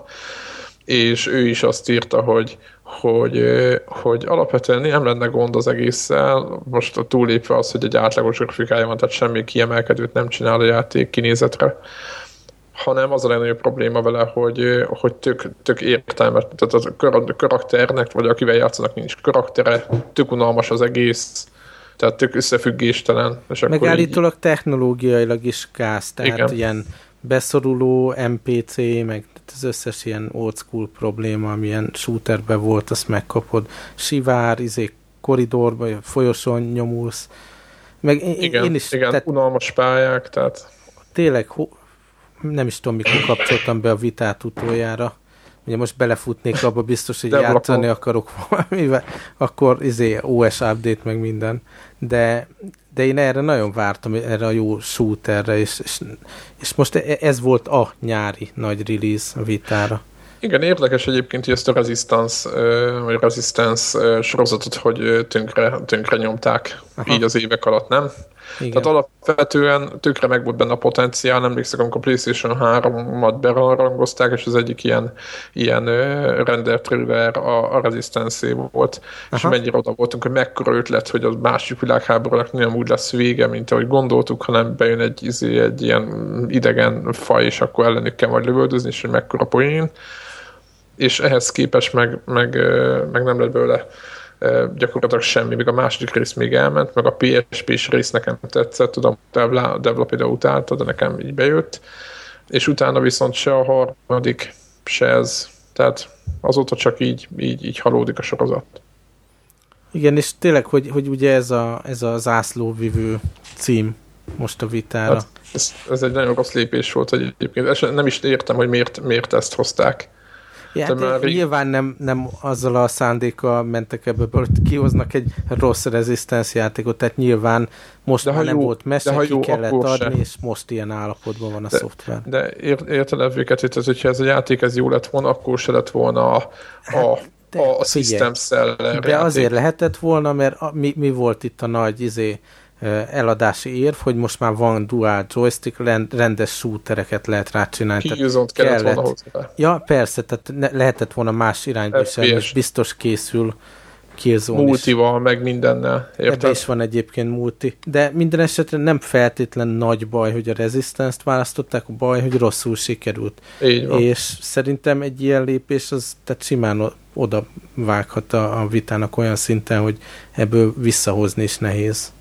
és ő is azt írta, hogy hogy, hogy alapvetően nem lenne gond az egésszel, most túlépve az, hogy egy átlagos grafikája van, tehát semmi kiemelkedőt nem csinál a játék kinézetre, hanem az a legnagyobb probléma vele, hogy, hogy tök, tök értelmes, tehát a karakternek, vagy akivel játszanak, nincs karaktere, tök unalmas az egész, tehát tök összefüggéstelen. És meg állítólag így... technológiailag is káz, tehát igen. Ilyen beszoruló em pé cé, meg az összes ilyen old school probléma, amilyen shooterben volt, azt megkapod. Sivár, izé, koridorba, folyosón nyomulsz. Meg én, igen, én is, igen, tehát, unalmas pályák, tehát... Tényleg, ho, nem is tudom, mikor kapcsoltam be a Vitát utoljára. Ugye most belefutnék abba, biztos, hogy de játszani blokon. Akarok valamivel, akkor izé, o es update meg minden. De de én erre nagyon vártam, erre a jó shooterre, és, és, és most ez volt a nyári nagy release a Vitára. Igen, érdekes egyébként, hogy ezt a Resistance, vagy Resistance sorozatot, hogy tönkre, tönkre nyomták. Aha. Így az évek alatt, nem? Igen. Tehát alapvetően tökre meg volt benne a potenciál, emlékszem, amikor a PlayStation háromat berangozták, és az egyik ilyen, ilyen render trailer a, a Resistance-é volt. Aha. És mennyire oda voltunk, hogy mekkora ötlet, hogy a másik világháborúnak nem úgy lesz vége, mint ahogy gondoltuk, hanem bejön egy, egy ilyen idegen faj, és akkor ellenük kell majd lövöldözni, és hogy mekkora poén. És ehhez képest meg, meg, meg nem lett belőle gyakorlatilag semmi, még a második rész még elment, meg a pé es pés rész nekem tetszett, tudom, a Devla például utálta, de nekem így bejött, és utána viszont se a harmadik, se ez, tehát azóta csak így, így, így halódik a sorozat. Igen, és tényleg, hogy, hogy ugye ez a, ez a zászlóvivő cím most a Vitára. Hát ez, ez egy nagyon rossz lépés volt, hogy egyébként nem is értem, hogy miért, miért ezt hozták. Ja, hát nyilván nem, nem azzal a szándékkal mentek ebből, hogy kihoznak egy rossz Resistance játékot, tehát nyilván most már nem jó, volt mese, ki jó, kellett adni, se. És most ilyen állapotban van a de, szoftver. De értelem őket, hogy hogyha ez a játék ez jó lett volna, akkor se lett volna a, a, de, a, a System Seller De játék. azért lehetett volna, mert a, mi, mi volt itt a nagy izé, eladási érv, hogy most már van dual joystick, rendes shootereket lehet rácsinálni. Kihűzont kellett, kellett volna hozzá. Ja, persze, tehát ne, lehetett volna más irányba is, és biztos készül Killzone is. Multival, meg mindennel. Ebben is van egyébként multi. De minden esetre nem feltétlen nagy baj, hogy a Resistance-t választották, a baj, hogy rosszul sikerült. Így van. És szerintem egy ilyen lépés, az tehát simán oda vághat a, a Vitának olyan szinten, hogy ebből visszahozni is nehéz.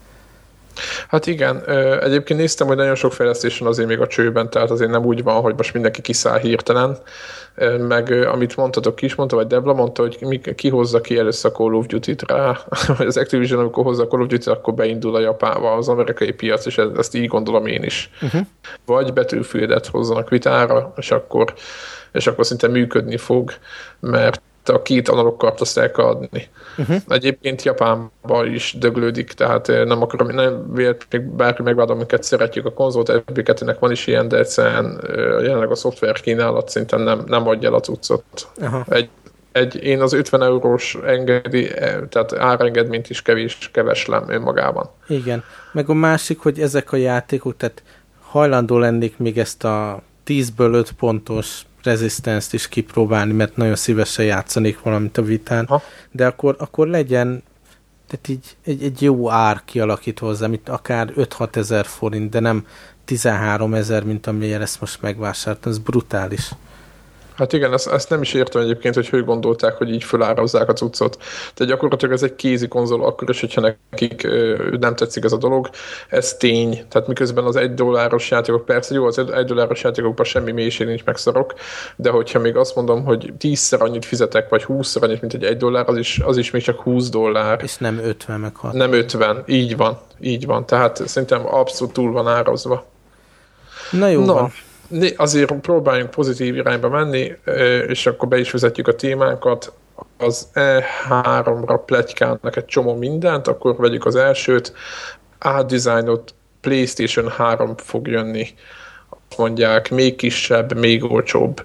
Hát igen, egyébként néztem, hogy nagyon sok fejlesztés van azért még a csőben, tehát azért nem úgy van, hogy most mindenki kiszáll hirtelen, meg amit mondtatok ki is mondta, vagy Debla mondta, hogy ki hozza ki először a Call of Duty-t rá, vagy az Activision, amikor hozza a Call of Duty-t, akkor beindul a Japánba, az amerikai piac, és ezt így gondolom én is. Uh-huh. Vagy Battlefieldet hozzanak Vitára, és akkor, és akkor szinte működni fog, mert a két analóg kart azt el kell adni. Uh-huh. Egyébként Japánban is döglődik, tehát nem akarom, nem vélt, még bárki megvádom, amiket szeretjük a konzolt, Epic kettőnek van is ilyen, de egyszerűen jelenleg a szoftver kínálat szinten nem, nem adja el a cuccot. Uh-huh. Egy, egy, én az ötven eurós engedi, tehát árengedményt is kevés, keveslem önmagában. Igen. Meg a másik, hogy ezek a játékok, tehát hajlandó lennék még ezt a tízből öt pontos Resistance-t is kipróbálni, mert nagyon szívesen játszanék valamit a Vitán, ha. De akkor, akkor legyen tehát így egy, egy jó ár kialakít hozzá, mint akár öt-hat ezer forint, de nem tizenhárom ezer, mint amilyen ezt most megvásároltam, ez brutális. Hát igen, ezt, ezt nem is értem egyébként, hogy hogy gondolták, hogy így fölárazzák a cuccot. Tehát gyakorlatilag ez egy kézi konzol, akkor is, hogyha nekik ö, nem tetszik ez a dolog. Ez tény. Tehát miközben az egy dolláros játékok, persze jó, az egy dolláros játékokban semmi mélység nincs, megszarok, de hogyha még azt mondom, hogy tízszer annyit fizetek, vagy húszszor annyit, mint egy egy dollár, az is, az is még csak húsz dollár. És nem ötven meg hat. Nem ötven, így van, így van. Tehát szerintem abszolút túl van árazva. Na jó no. van. Azért próbáljunk pozitív irányba menni, és akkor be is vezetjük a témánkat. Az E háromra pletykálnak egy csomó mindent, akkor vegyük az elsőt. Átdizájnolt PlayStation három fog jönni. Azt mondják, még kisebb, még olcsóbb.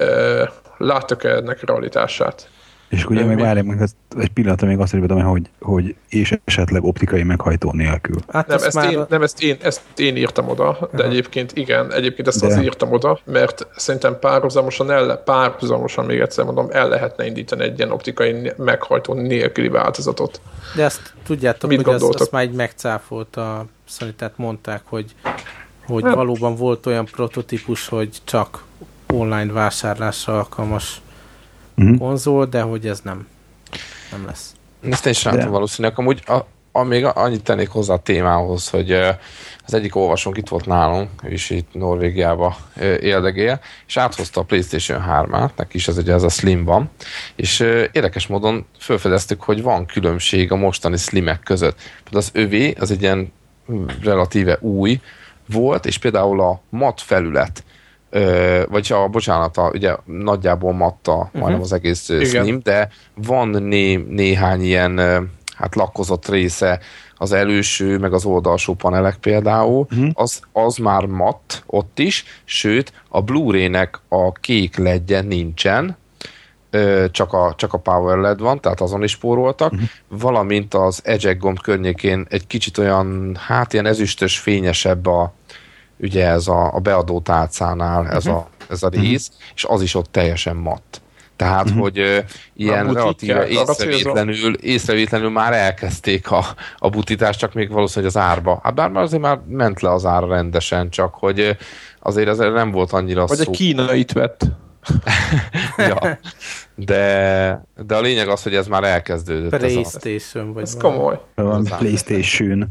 Láttok-e ennek realitását? És ugye meg várjál meg egy pillanatra még azt mondom, hogy, hogy és esetleg optikai meghajtó nélkül. Hát nem, ezt már... én, nem ezt, én, ezt én írtam oda, de uh-huh. egyébként igen, egyébként ezt de... azért írtam oda, mert szerintem párhuzamosan, el, párhuzamosan még egyszer mondom, el lehetne indítani egy ilyen optikai meghajtó nélküli változatot. De azt tudjátok, mit hogy azt, azt már így megcáfolt a Sony, tehát mondták, hogy, hogy hát. valóban volt olyan prototípus, hogy csak online vásárlásra alkalmas uh-huh. konzol, de hogy ez nem, nem lesz. Ezt én is látom valószínűleg. Amúgy a, a, még annyit tennék hozzá a témához, hogy uh, az egyik olvasónk itt volt nálunk, ő is itt Norvégiába uh, éldegél, és áthozta a PlayStation hármát, neki is ez ugye ez a Slim van, és uh, érdekes módon felfedeztük, hogy van különbség a mostani Slimek között. Az övé, az egy ilyen relatíve új volt, és például a mat felület, Ö, vagy a, bocsánat, a, ugye nagyjából matta uh-huh. majdnem az egész uh, Slim, de van né, néhány ilyen uh, hát lakkozott része, az előső, meg az oldalsó panelek például, uh-huh. az, az már matt ott is, sőt, a Blu-ray-nek a kék ledje nincsen, csak a, csak a Power el é dé van, tehát azon is spóroltak, uh-huh. valamint az eject gomb környékén egy kicsit olyan, hát ilyen ezüstös, fényesebb a, ugye ez a, a beadó tálcánál uh-huh. ez, a, ez a rész, uh-huh. és az is ott teljesen matt. Tehát, uh-huh. hogy uh, ilyen relatíve észrevétlenül, észrevétlenül már elkezdték a, a butítást, csak még valószínűleg az árba. Hát bár már azért már ment le az ára rendesen, csak hogy uh, azért ez nem volt annyira Vagy szó. Vagy egy kínait vett. ja. De, de a lényeg az, hogy ez már elkezdődött. PlayStation. Vagy ez komoly. Van PlayStation.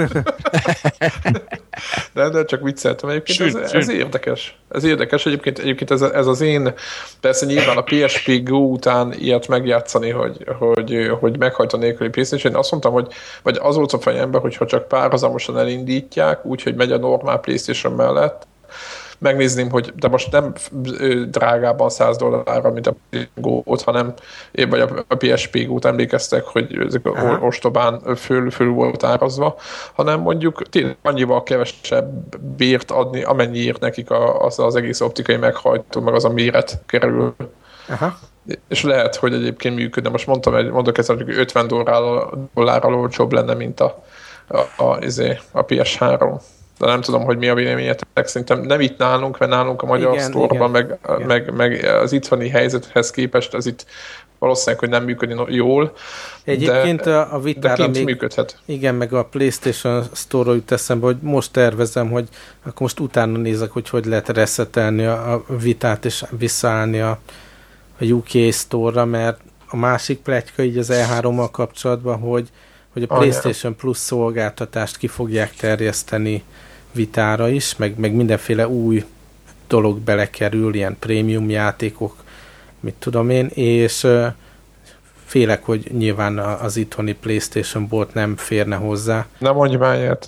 de, de csak vicceltem. Egyébként sűn, ez, ez érdekes. Ez érdekes. Egyébként, egyébként ez, ez az én, persze nyilván a pé es pé Go után ilyet megjátszani, hogy, hogy, hogy meghajt a nélküli PlayStation. Én azt mondtam, hogy vagy az volt a fejemben, hogyha csak párhuzamosan elindítják, úgy, hogy megy a normál PlayStation mellett, megnézném, hogy de most nem drágában száz dollárra, mint a Go-t, hanem vagy a pé es pé Go-t emlékeztek, hogy ezek Aha. ostobán föl, föl volt árazva, hanem mondjuk tényleg annyival kevesebb bért adni, amennyiért nekik az, az egész optikai meghajtó, meg az a méret kerül. Aha. És lehet, hogy egyébként működne. Most mondtam, egy, mondok ezt, hogy ötven dollárral olcsóbb lenne, mint a, a, a, a pé es három. De nem tudom, hogy mi a véleményetek. Szerintem nem itt nálunk, mert nálunk a magyar sztorban, meg, meg, meg az itthoni helyzethez képest ez itt valószínűleg, hogy nem működni jól. Egyébként de, a vitára még működhet. Igen, meg a PlayStation Store-ról jut eszembe, hogy most tervezem, hogy akkor most utána nézek, hogy hogy lehet reszetelni a, a vitát és visszaállni a, a u ká Store-ra, mert a másik pletyka így az E hárommal kapcsolatban, hogy, hogy a PlayStation ah, Plus szolgáltatást ki fogják terjeszteni vitára is, meg, meg mindenféle új dolog belekerül, ilyen prémium játékok, mit tudom én, és uh, félek, hogy nyilván az itthoni PlayStation bolt nem férne hozzá. Nem mondj már ilyet.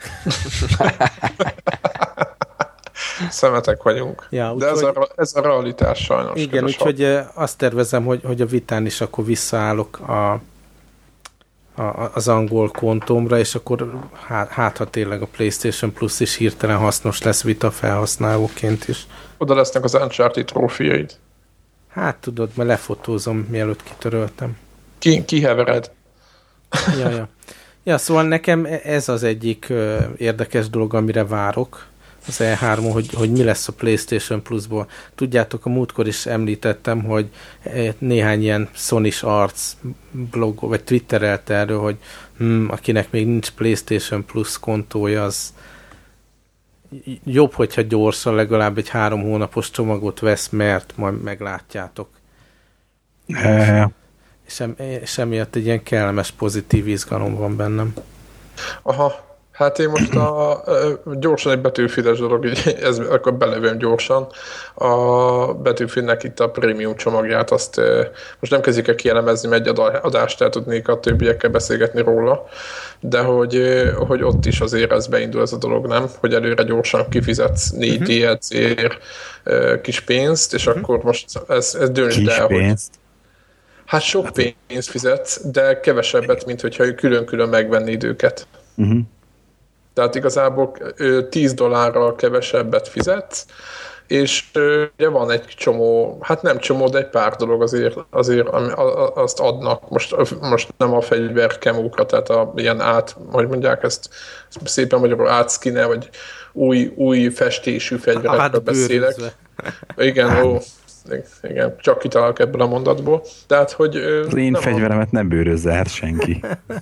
Szemetek vagyunk. Ja, úgy, De ez, hogy, a, ez a realitás sajnos. Igen, úgyhogy uh, azt tervezem, hogy, hogy a vitán is akkor visszaállok a az angol kontómra, és akkor hát, hát ha tényleg a PlayStation Plus is hirtelen hasznos lesz vita felhasználóként is. Oda lesznek az Uncharted trófiaid. Hát tudod, mert lefotózom, mielőtt kitöröltem. Ki, kihevered. Ja, ja. ja, szóval nekem ez az egyik uh, érdekes dolog, amire várok, az E három, hogy, hogy mi lesz a PlayStation Plus-ból. Tudjátok, a múltkor is említettem, hogy néhány ilyen Sony-s arc blog, vagy twitterelte erről, hogy hm, akinek még nincs PlayStation Plus kontója, az jobb, hogyha gyorsan legalább egy három hónapos csomagot vesz, mert majd meglátjátok. E- és, em, és emiatt egy ilyen kellemes, pozitív izgalom van bennem. Aha. Hát én most a, a gyorsan egy Battlefield-es dolog, ez, akkor belevőm gyorsan. A Battlefieldnek itt a prémium csomagját, azt most nem kezdjük el kielemezni, mert egy adást el tudnék a többiekkel beszélgetni róla, de hogy, hogy ott is azért ez beindul ez a dolog, nem? Hogy előre gyorsan kifizetsz négy uh-huh. dé el cé-ért kis pénzt, és uh-huh. akkor most ez, ez döntsd el, hogy... Hát sok pénzt fizetsz, de kevesebbet, mint hogyha külön-külön megvennéd őket. Uh-huh. Tehát igazából tíz dollárral kevesebbet fizetsz, és ugye van egy csomó, hát nem csomó, de egy pár dolog azért, azért azt adnak. Most, most nem a fegyverkemókra, tehát a, ilyen át, hogy mondják ezt szépen magyarul átszkine, vagy új, új festésű fegyverekről beszélek. Igen, ó, igen, csak kitalálok ebből a mondatból. Tehát, hogy... Az én nem fegyveremet a... nem bőrözze hát senki.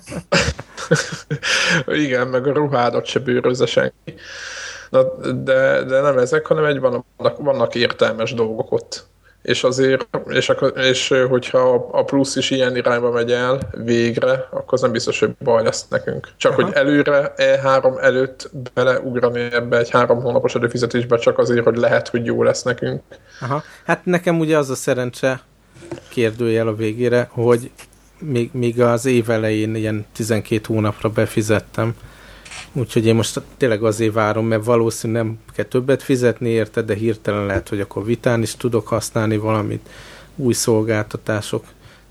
Igen, meg a ruhádat se bőrözze senki. Na, de, de nem ezek, hanem egy vannak, vannak értelmes dolgok ott. És azért, és, és hogyha a plusz is ilyen irányba megy el végre, akkor az nem biztos, hogy baj lesz nekünk. Csak Aha. hogy előre E három előtt beleugrani ebbe egy három hónapos előfizetésbe, csak azért, hogy lehet, hogy jó lesz nekünk. Aha. Hát nekem ugye az a szerencse, kérdőjel a végére, hogy még, még az év elején ilyen tizenkét hónapra befizettem. Úgyhogy én most tényleg azért várom, mert valószínűleg nem kell többet fizetni érte, de hirtelen lehet, hogy akkor vitán is tudok használni valamit, új szolgáltatások.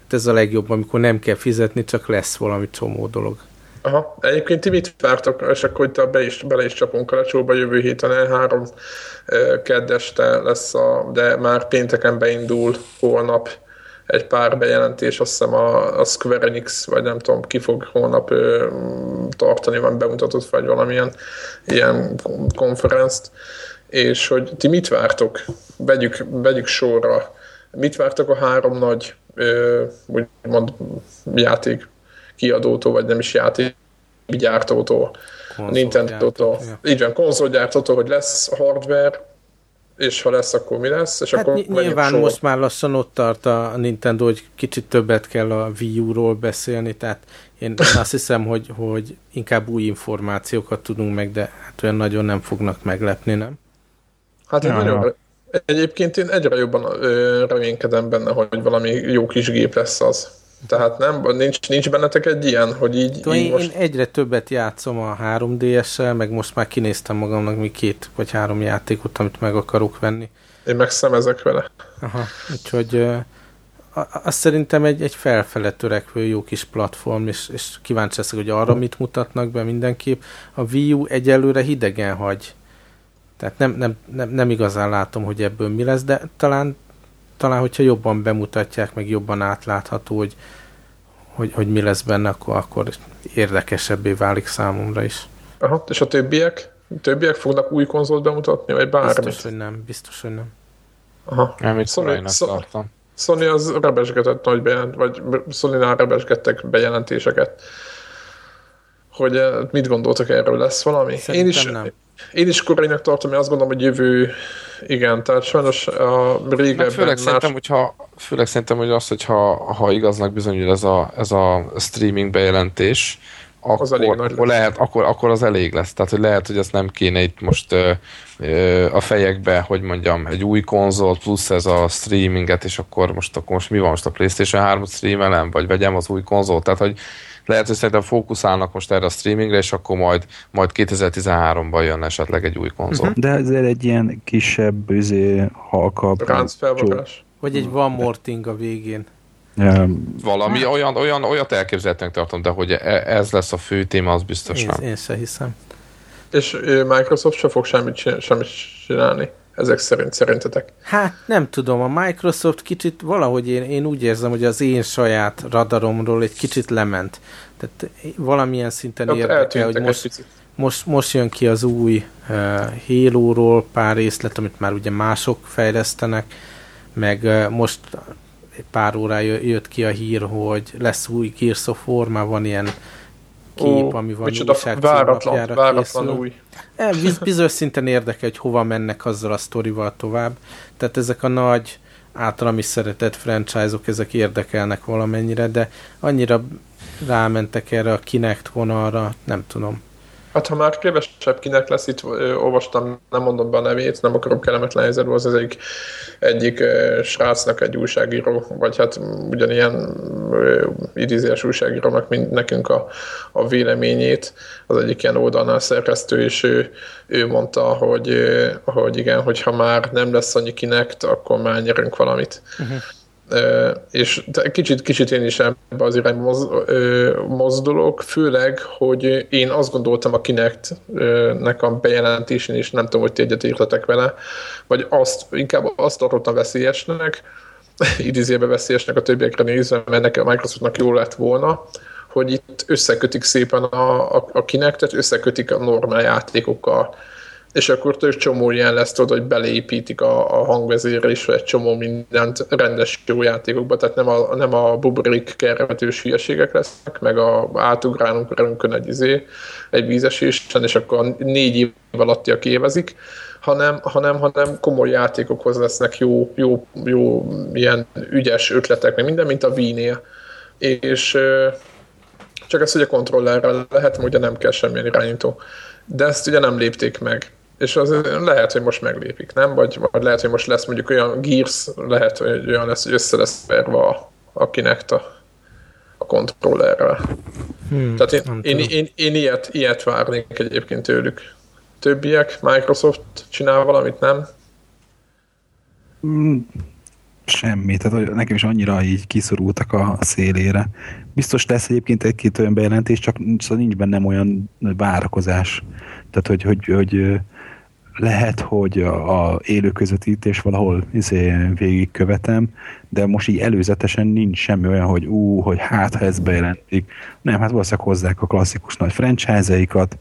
Hát ez a legjobb, amikor nem kell fizetni, csak lesz valami csomó dolog. Aha, egyébként ti mit vártok, és akkor itt be is, bele is csapunk a lecsóba, jövő héten E három kedd este lesz, a, de már pénteken beindul, holnap egy pár bejelentés, azt hiszem a, a Square Enix, vagy nem tudom, ki fog holnap ö, tartani, van bemutatott, vagy valamilyen ilyen konferenzt, és hogy ti mit vártok? Vegyük, vegyük sorra. Mit vártok a három nagy ö, úgymond játék kiadótól, vagy nem is játék gyártótól, Nintendo-tól, ja. Így van, konzolgyártótól, hogy lesz hardware, és ha lesz, akkor mi lesz? És hát akkor ny- nyilván sor. Most már lassan ott tart a Nintendo, hogy kicsit többet kell a Wii U-ról beszélni, tehát én azt hiszem, hogy, hogy inkább új információkat tudunk meg, de hát olyan nagyon nem fognak meglepni, nem? Hát én ja, nagyon, ja. Egyébként én egyre jobban ö, reménykedem benne, hogy valami jó kis gép lesz az. Tehát nem, nincs, nincs bennetek egy ilyen, hogy így, Tudom, így én, most... én egyre többet játszom a három dé es-sel, meg most már kinéztem magamnak még két vagy három játékot, amit meg akarok venni. Én meg szemezek vele. Aha, úgyhogy uh, azt szerintem egy, egy felfele törekvő jó kis platform, és, és kíváncsi leszek, hogy arra mit mutatnak be mindenképp. A Wii U egyelőre hidegen hagy. Tehát nem, nem, nem, nem igazán látom, hogy ebből mi lesz, de talán talán, hogyha jobban bemutatják, meg jobban átlátható, hogy, hogy, hogy mi lesz benne, akkor, akkor érdekesebbé válik számomra is. Aha, és a többiek? A többiek fognak új konzolt bemutatni, vagy bármit? Biztos, hogy nem. Biztos, hogy nem. Aha. Nem, Sony, Sony, Sony az rebesgetett nagy bejelent, vagy Sony-nál rebesgettek bejelentéseket. Hogy mit gondoltak erről, lesz valami? Szerintem én is, nem. Én is korainak tartom, én azt gondolom, hogy jövő, igen, tehát sajnos a régebben... Főleg, más... szerintem, hogyha, főleg szerintem, hogy az, hogyha ha igaznak bizonyul ez a, ez a streaming bejelentés, az akkor, akkor, lehet, akkor, akkor az elég lesz. Tehát, hogy lehet, hogy ezt nem kéne itt most ö, ö, a fejekbe, hogy mondjam, egy új konzolt plusz ez a streaminget, és akkor most, akkor most mi van most a PlayStation hármat streamelem, vagy vegyem az új konzolt. Tehát, hogy lehet, hogy szerintem fókuszálnak most erre a streamingre, és akkor majd, majd kétezer-tizenháromban jön esetleg egy új konzol. De ezért egy ilyen kisebb, üzé, halkabb... Ráncfelvagás. Vagy egy One More Thing a végén. Um, Valami hát. olyan, olyan, olyat elképzelhetőnek tartom, de hogy ez lesz a fő téma, az biztos én, nem. Én se hiszem. És Microsoft se fog semmit csinálni, semmit csinálni ezek szerint, szerintetek? Hát nem tudom, a Microsoft kicsit valahogy én, én úgy érzem, hogy az én saját radaromról egy kicsit lement. Tehát valamilyen szinten hát érdekel, hogy most, most, most jön ki az új uh, Halo-ról pár részlet, amit már ugye mások fejlesztenek, meg uh, most egy pár órája jött ki a hír, hogy lesz új Gears of War, már van ilyen kép, Ó, ami van újságcímlapjára készül. Új. E, bizonyos szinten érdekel, hogy hova mennek azzal a sztorival tovább. Tehát ezek a nagy, általam is szeretett franchise-ok, ezek érdekelnek valamennyire, de annyira rámentek erre a Kinect vonalra, nem tudom. Hát ha már kevesebb kinek lesz, itt ö, olvastam, nem mondom be a nevét, nem akarom kellemetlen helyzetbe, az az egyik, egyik ö, srácnak egy újságíró, vagy hát ugyanilyen idézés újságírónak, mint nekünk a, a véleményét, az egyik ilyen oldalnál szerkesztő, és ő, ő mondta, hogy, hogy igen, hogyha már nem lesz annyi Kinect, akkor már nyerünk valamit. Uh-huh. Uh, és kicsit, kicsit én is ebbe az irányba moz, uh, mozdulok, főleg, hogy én azt gondoltam a Kinect-nek a bejelentésén, és nem tudom, hogy ti egyet értetek vele, vagy azt, inkább azt tartottam veszélyesnek, idézőjelben veszélyesnek a többiekre nézve, mert nekem a Microsoftnak jó lett volna, hogy itt összekötik szépen a, a, a Kinectet, összekötik a normál játékokkal. És akkor több csomó ilyen lesz, tudod, hogy beleépítik a, a hangvezérlésre egy csomó mindent rendes jó játékokba, tehát nem a, nem a buborék kergetős hülyeségek lesznek, meg a átugrálunk rönkön egy, izé, egy vízesésen, és akkor négy év alattiak évezik, hanem, hanem, hanem komoly játékokhoz lesznek jó, jó, jó ilyen ügyes ötletek, meg minden, mint a Wii-nél. És csak ez ugye kontrollerrel lehet, ugye nem kell semmilyen irányító. De ezt ugye nem lépték meg. És az lehet, hogy most meglépik, nem? Vagy, vagy lehet, hogy most lesz mondjuk olyan Gears, lehet, hogy olyan lesz, hogy össze lesz verve a, a Kinect a, a kontrollerrel. Hmm, Tehát én, én, én, én, én ilyet, ilyet várnék egyébként tőlük. Többiek, Microsoft csinál valamit, nem? Semmi, tehát nekem is annyira így kiszorultak a szélére. Biztos lesz egyébként egy-két olyan bejelentés, csak nincs bennem olyan várakozás. Tehát, hogy, hogy, hogy lehet, hogy a, a élő közvetítés valahol izé végigkövetem, de most így előzetesen nincs semmi olyan, hogy ú, hogy hát, ha ezt bejelentik. Nem, hát valószínűleg hozzák a klasszikus nagy franchise-eikat,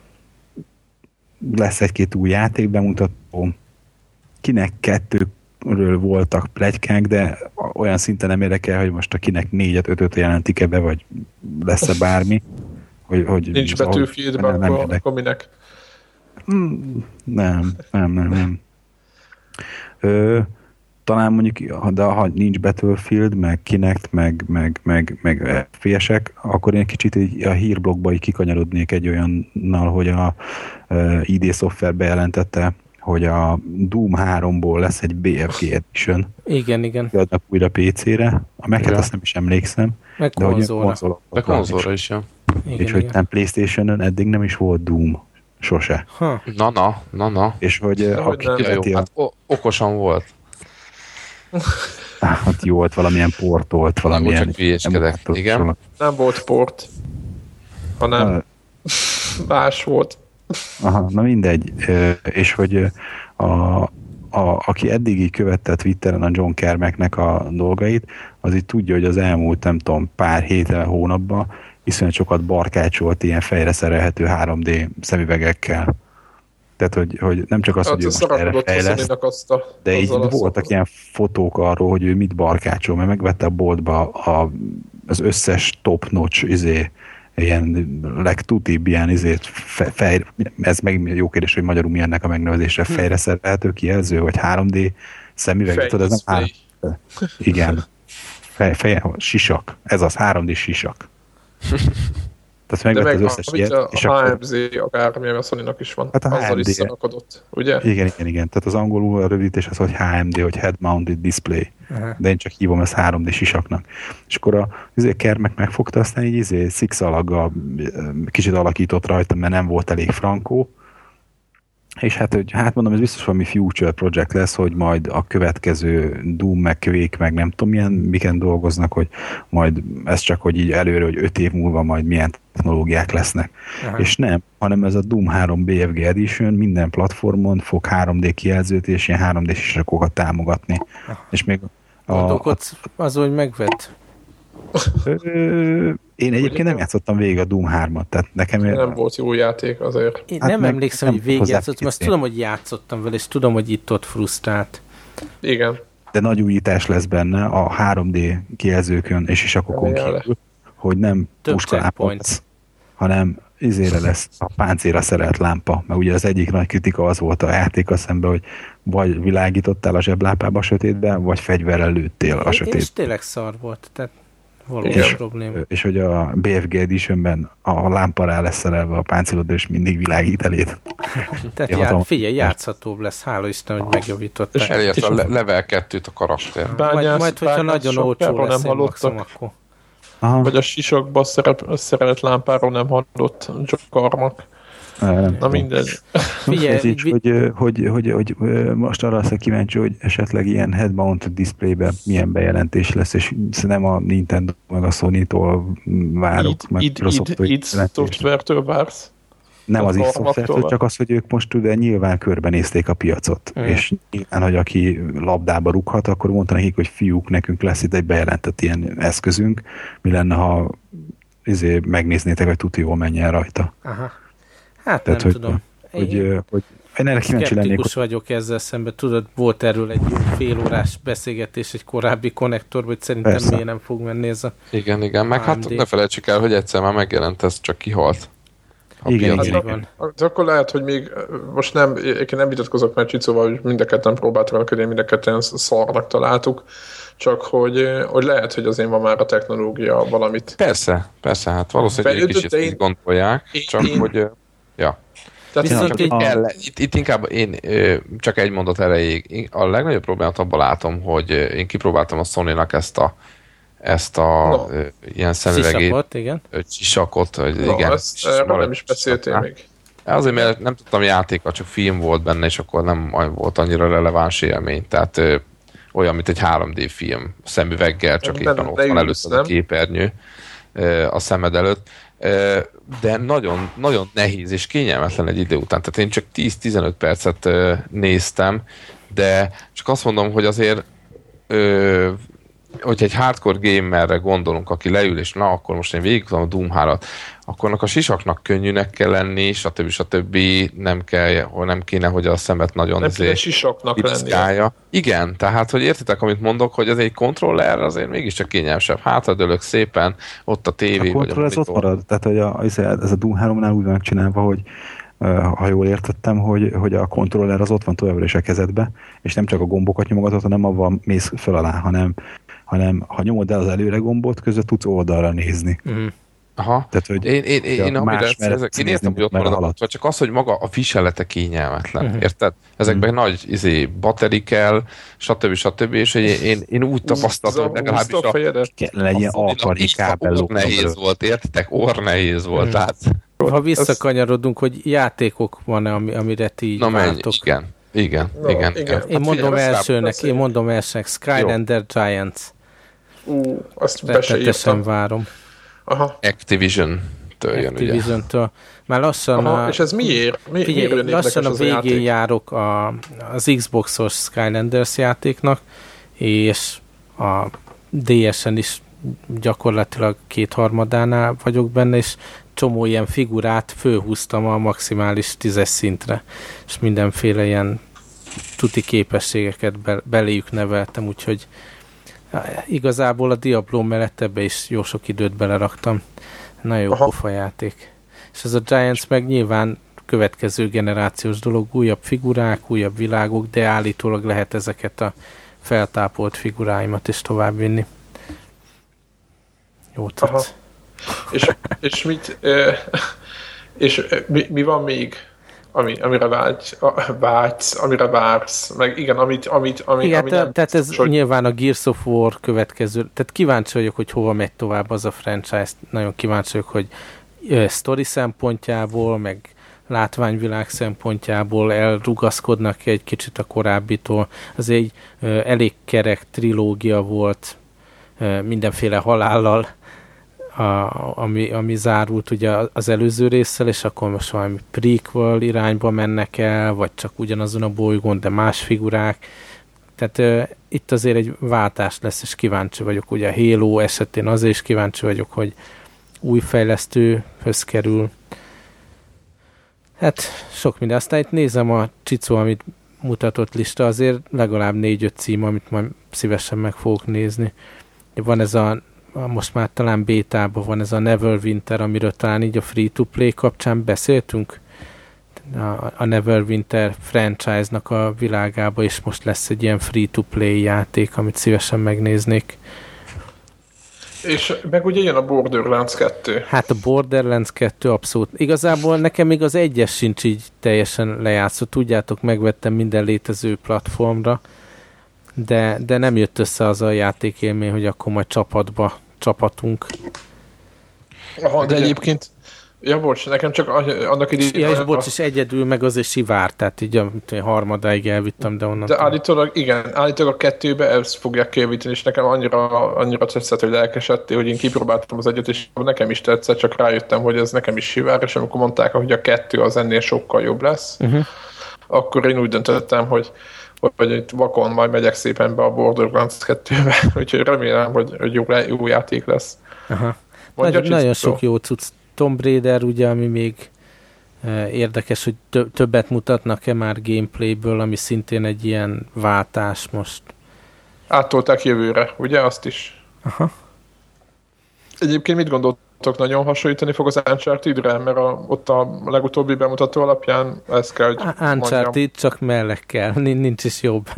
lesz egy-két új játék bemutató, kinek kettőről voltak pletykák, de olyan szinten nem érdekel, hogy most a kinek négyet, ötöt jelentik-e be, vagy lesz-e bármi. Hogy, hogy nincs Battlefieldben, akkor, akkor minek? Nem, nem, nem, nem. Ö, talán mondjuk, de ha nincs Battlefield, meg Kinect, meg, meg, meg, meg ef pé es-ek, akkor én kicsit a hírblogba így kikanyarodnék egy olyannal, hogy a uh, i dé Software bejelentette, hogy a Doom háromból lesz egy bé ef gé Edition. Igen, igen. Adnak újra pé cé-re. A Mac-et ja. Azt nem is emlékszem. Meg de konzolra. Hogy de konzolra is, ja. Igen, és hogy nem PlayStation-on eddig nem is volt Doom. Sose. Ha. Na, na, na, na. És hogy ha kiveti a... Hát, okosan volt. Hát jó volt, valamilyen portolt, valamilyen... Nem csak hülyéskedek, igen. Nem volt port, hanem a... más volt. Aha, na mindegy. És hogy a, a, aki eddig így követte a Twitteren a John Carmacknek a dolgait, az így tudja, hogy az elmúlt, nem tudom, pár héten, hónapban iszonyat sokat barkácsolt ilyen fejre szerelhető három dé szemüvegekkel. Tehát, hogy, hogy nem csak az, hát hogy ő most erre fejleszt, a, de így voltak az ilyen fotók arról, hogy ő mit barkácsol, mert megvette a boltba a, az összes top-notch izé, ilyen legtutibb ilyen izét fej, ez meg jó kérdés, hogy magyarul mi ennek a megnevezésre, fejre szerelhető kijelző, vagy három dé szemüveg, tudod, ez nem három, igen, fej, fej, sisak, ez az három dé sisak. Tehát megvett az összes ilyet. A, és a há em zé akármilyen, a Sony-nak is van. Hát a azzal há em dé is szarakodott, ugye? Igen, igen, igen. Tehát az angolul a rövidítés az, hogy há em dé, hogy Head Mounted Display. Uh-huh. De én csak hívom ezt három dé sisaknak. És akkor a Carmack megfogta, aztán így izé, szikszalaggal kicsit alakított rajta, mert nem volt elég frankó. És hát, hogy, hát mondom, ez biztos valami future project lesz, hogy majd a következő Doom, meg Quake, meg nem tudom milyen, miken dolgoznak, hogy majd ez csak, hogy így előre, hogy öt év múlva majd milyen technológiák lesznek. Aha. És nem, hanem ez a Doom három bé ef gé Edition minden platformon fog három dé kijelzőt és ilyen három dé sisakokat támogatni. Aha. És még a... Gondolkodsz az, hogy megvett? Ö, én egyébként nem játszottam végig a Doom hármat, tehát nekem... Nem volt jó játék azért. Én hát nem emlékszem, hogy végigjátszottam, azt tudom, hogy játszottam vele, és tudom, hogy itt-ott frusztrált. Igen. De nagy újítás lesz benne a három dé kijelzőkön és sisakokon kívül, hogy nem puskalámpa lesz, hanem izére lesz a páncélra szerelt lámpa, mert ugye az egyik nagy kritika az volt a játéka szemben, hogy vagy világítottál a zseblámpába a sötétben, vagy fegyverrel lőttél a sötétben. És tényleg szar volt, tehát valós és, probléma. És hogy a bé ef gé Editionben a lámpa rá lesz szerelve a páncélodra, és mindig világít eléd. Tehát ját, figyelj, játszhatóbb lesz, hála Isten, hogy megjavították. És elért a le- level kettőt a karakter. Bányász, majd, majd hogyha nagyon olcsó lesz, nem maximum, akkor. Aha. Vagy a sisakba szerelt lámpáról nem hallott John Carmack. Nem. Na mindegy. Figyelj, így, vi- hogy, hogy, hogy, hogy, hogy most arra leszek kíváncsi, hogy esetleg ilyen head-mounted displayben milyen bejelentés lesz, és nem a Nintendo meg a Sony-tól várok, id, meg id, Microsoft-tól. Id Software-től vársz? Nem az id Software-től, csak az, hogy ők most ugye nyilván körbenézték a piacot. Mm. És nyilván, hogy aki labdába rúghat, akkor mondta nekik, hogy fiúk, nekünk lesz itt egy bejelentett ilyen eszközünk. Mi lenne, ha izé, megnéznétek, hogy tuti jól menjen rajta. Aha. Hát tehát, nem hogy, tudom. Hogy, én, hogy, én erre kíváncsi lennék. Szkeptikus vagyok ezzel szemben. Tudod, volt erről egy fél órás beszélgetés egy korábbi konnektorban, hogy szerintem persze. Miért nem fog menni ez a Igen, igen. Meg á em dé. Hát ne felejtsük el, hogy egyszer már megjelent, ez csak kihalt. Igen, igen, igen. Hát, akkor lehet, hogy még most nem, én nem vitatkozok már Csicóval, hogy mind a ketten próbáltam elködni, mind a ketten szarnak találtuk, csak hogy, hogy lehet, hogy azért van már a technológia valamit. Persze, persze, hát valószínűleg egy kicsit én, gondolják, én, csak én, hogy ja. Tehát csak a... el, itt, itt inkább én csak egy mondat erejéig. A legnagyobb problémát abban látom, hogy én kipróbáltam a Sony-nak ezt a ezt a no. ilyen szemüvegét. Sisakot, igen. Sisakot, hogy no, igen. Ezt erről nem is beszéltél még. Azért, mert nem tudtam játéka, csak film volt benne, és akkor nem volt annyira releváns élmény. Tehát olyan, mint egy három dé film szemüveggel, csak éppen ott van először a képernyő a szemed előtt. De nagyon, nagyon nehéz és kényelmetlen egy idő után. Tehát én csak tíz-tizenöt percet néztem, de csak azt mondom, hogy azért hogyha egy hardcore gamerre gondolunk, aki leül, és na, akkor most én végigtudom a Doom hármat, akkor a sisaknak könnyűnek kell lenni, stb. stb. Nem kell, nem kéne, hogy a szemet nagyon nem kéne sisaknak lenni. Igen, tehát, hogy értitek, amit mondok, hogy ez egy kontroller azért mégiscsak kényelmesebb. Hátradőlök szépen, ott a tévé. A kontroller az ott marad, tehát hogy a, ez a Doom háromnál úgy van megcsinálva, hogy ha jól értettem, hogy, hogy a kontroller az ott van továbbra is a kezedbe, és nem csak a gombokat nyomogatod, hanem avval mész föl alá, hanem, hanem ha nyomod el az előre gombot, közben tudsz oldalra nézni. Mm. Aha. Tehát, hogy én, én, én, én, amire ezek, én értem, hogy ott marad, vagy csak az, hogy maga a viselete kényelmetlen. Uh-huh. Érted? Ezekben uh-huh. nagy izé, batteri kell, stb. stb. És én, én, én úgy tapasztaltam, hogy legalábbis a... Kell egy ilyen alkarnyi kábel. Orr nehéz volt, értitek? Orr nehéz volt. Uh-huh. Tehát, ha visszakanyarodunk, hogy játékok van-e, amire ti na vártok? Igen, igen, no, igen, igen. igen. Én mondom hát, elsőnek, én mondom elsőnek, Skylander Giants. Ú, azt be se írtam. Várom. Aha. Activision-től jön, Activision-től. Már lassan Aha, a, és ez miért? Mi, figyelj, miért lassan a végén játék? Járok a, az Xboxos Skylanders játéknak, és a dé es-en is gyakorlatilag kétharmadánál vagyok benne, és csomó ilyen figurát fölhúztam a maximális tízes szintre, és mindenféle ilyen tuti képességeket be, beléjük neveltem, úgyhogy igazából a Diablo mellett ebbe is jó sok időt beleraktam. Nagyon jó pofa játék. És ez a Giants meg nyilván következő generációs dolog, újabb figurák, újabb világok, de állítólag lehet ezeket a feltápolt figuráimat is továbbvinni. Jó tetsz. És, és mit és mi, mi van még? Ami, amire vágy, vágysz, amire vársz, meg igen, amit, amit ami, igen, ami te, nem... tehát ez hogy... nyilván a Gears of War következő, tehát kíváncsi vagyok, hogy hova megy tovább az a franchise, nagyon kíváncsi vagyok, hogy uh, sztori szempontjából, meg látványvilág szempontjából elrugaszkodnak egy kicsit a korábbitól. Az egy uh, elég kerek trilógia volt, uh, mindenféle halállal, A, ami, ami zárult ugye az előző résszel, és akkor most valami prequel irányba mennek el, vagy csak ugyanazon a bolygón, de más figurák. Tehát uh, itt azért egy váltás lesz, és kíváncsi vagyok. Ugye a Halo esetén azért is kíváncsi vagyok, hogy új fejlesztőhöz kerül. Hát sok minden. Aztán itt nézem a Csicó, amit mutatott lista, azért legalább négy-öt cím, amit majd szívesen meg fogok nézni. Van ez a most már talán bétában van ez a Neverwinter, amiről talán így a free-to-play kapcsán beszéltünk. A, a Neverwinter franchise-nak a világába is most lesz egy ilyen free-to-play játék, amit szívesen megnéznék. És meg ugye jön a Borderlands kettő. Hát a Borderlands kettő abszolút. Igazából nekem még az egyes sincs így teljesen lejátszott. Tudjátok, megvettem minden létező platformra, de, de nem jött össze az a játékélmény, hogy akkor majd csapatba csapatunk. Aha, de egyébként ja, bocs, nekem csak annak idő... Ja, és bocs, és egyedül meg azért sivár, tehát így a harmadáig elvittem, de onnan... De állítólag, igen, állítólag a kettőbe ezt fogják kijavítani, és nekem annyira, annyira tetszett, hogy lelkesedtél, hogy én kipróbáltam az egyet, és nekem is tetszett, csak rájöttem, hogy ez nekem is sivár, és amikor mondták, hogy a kettő az ennél sokkal jobb lesz, uh-huh. akkor én úgy döntöttem, hogy hogy itt vakon majd megyek szépen be a Borderlands kettőbe, úgyhogy remélem, hogy, hogy jó, jó játék lesz. Aha. Nagyon, nagyon sok jó cucc. Tomb Raider, ugye, ami még eh, érdekes, hogy tö- többet mutatnak-e már gameplayből, ami szintén egy ilyen váltás most. Áttolták jövőre, ugye? Azt is. Aha. Egyébként mit gondoltok, nagyon hasonlítani fog az Uncharted-re, mert a, ott a legutóbbi bemutató alapján ez kell, hogy Uncharted mondjam. Csak mellekkel, nincs is jobb.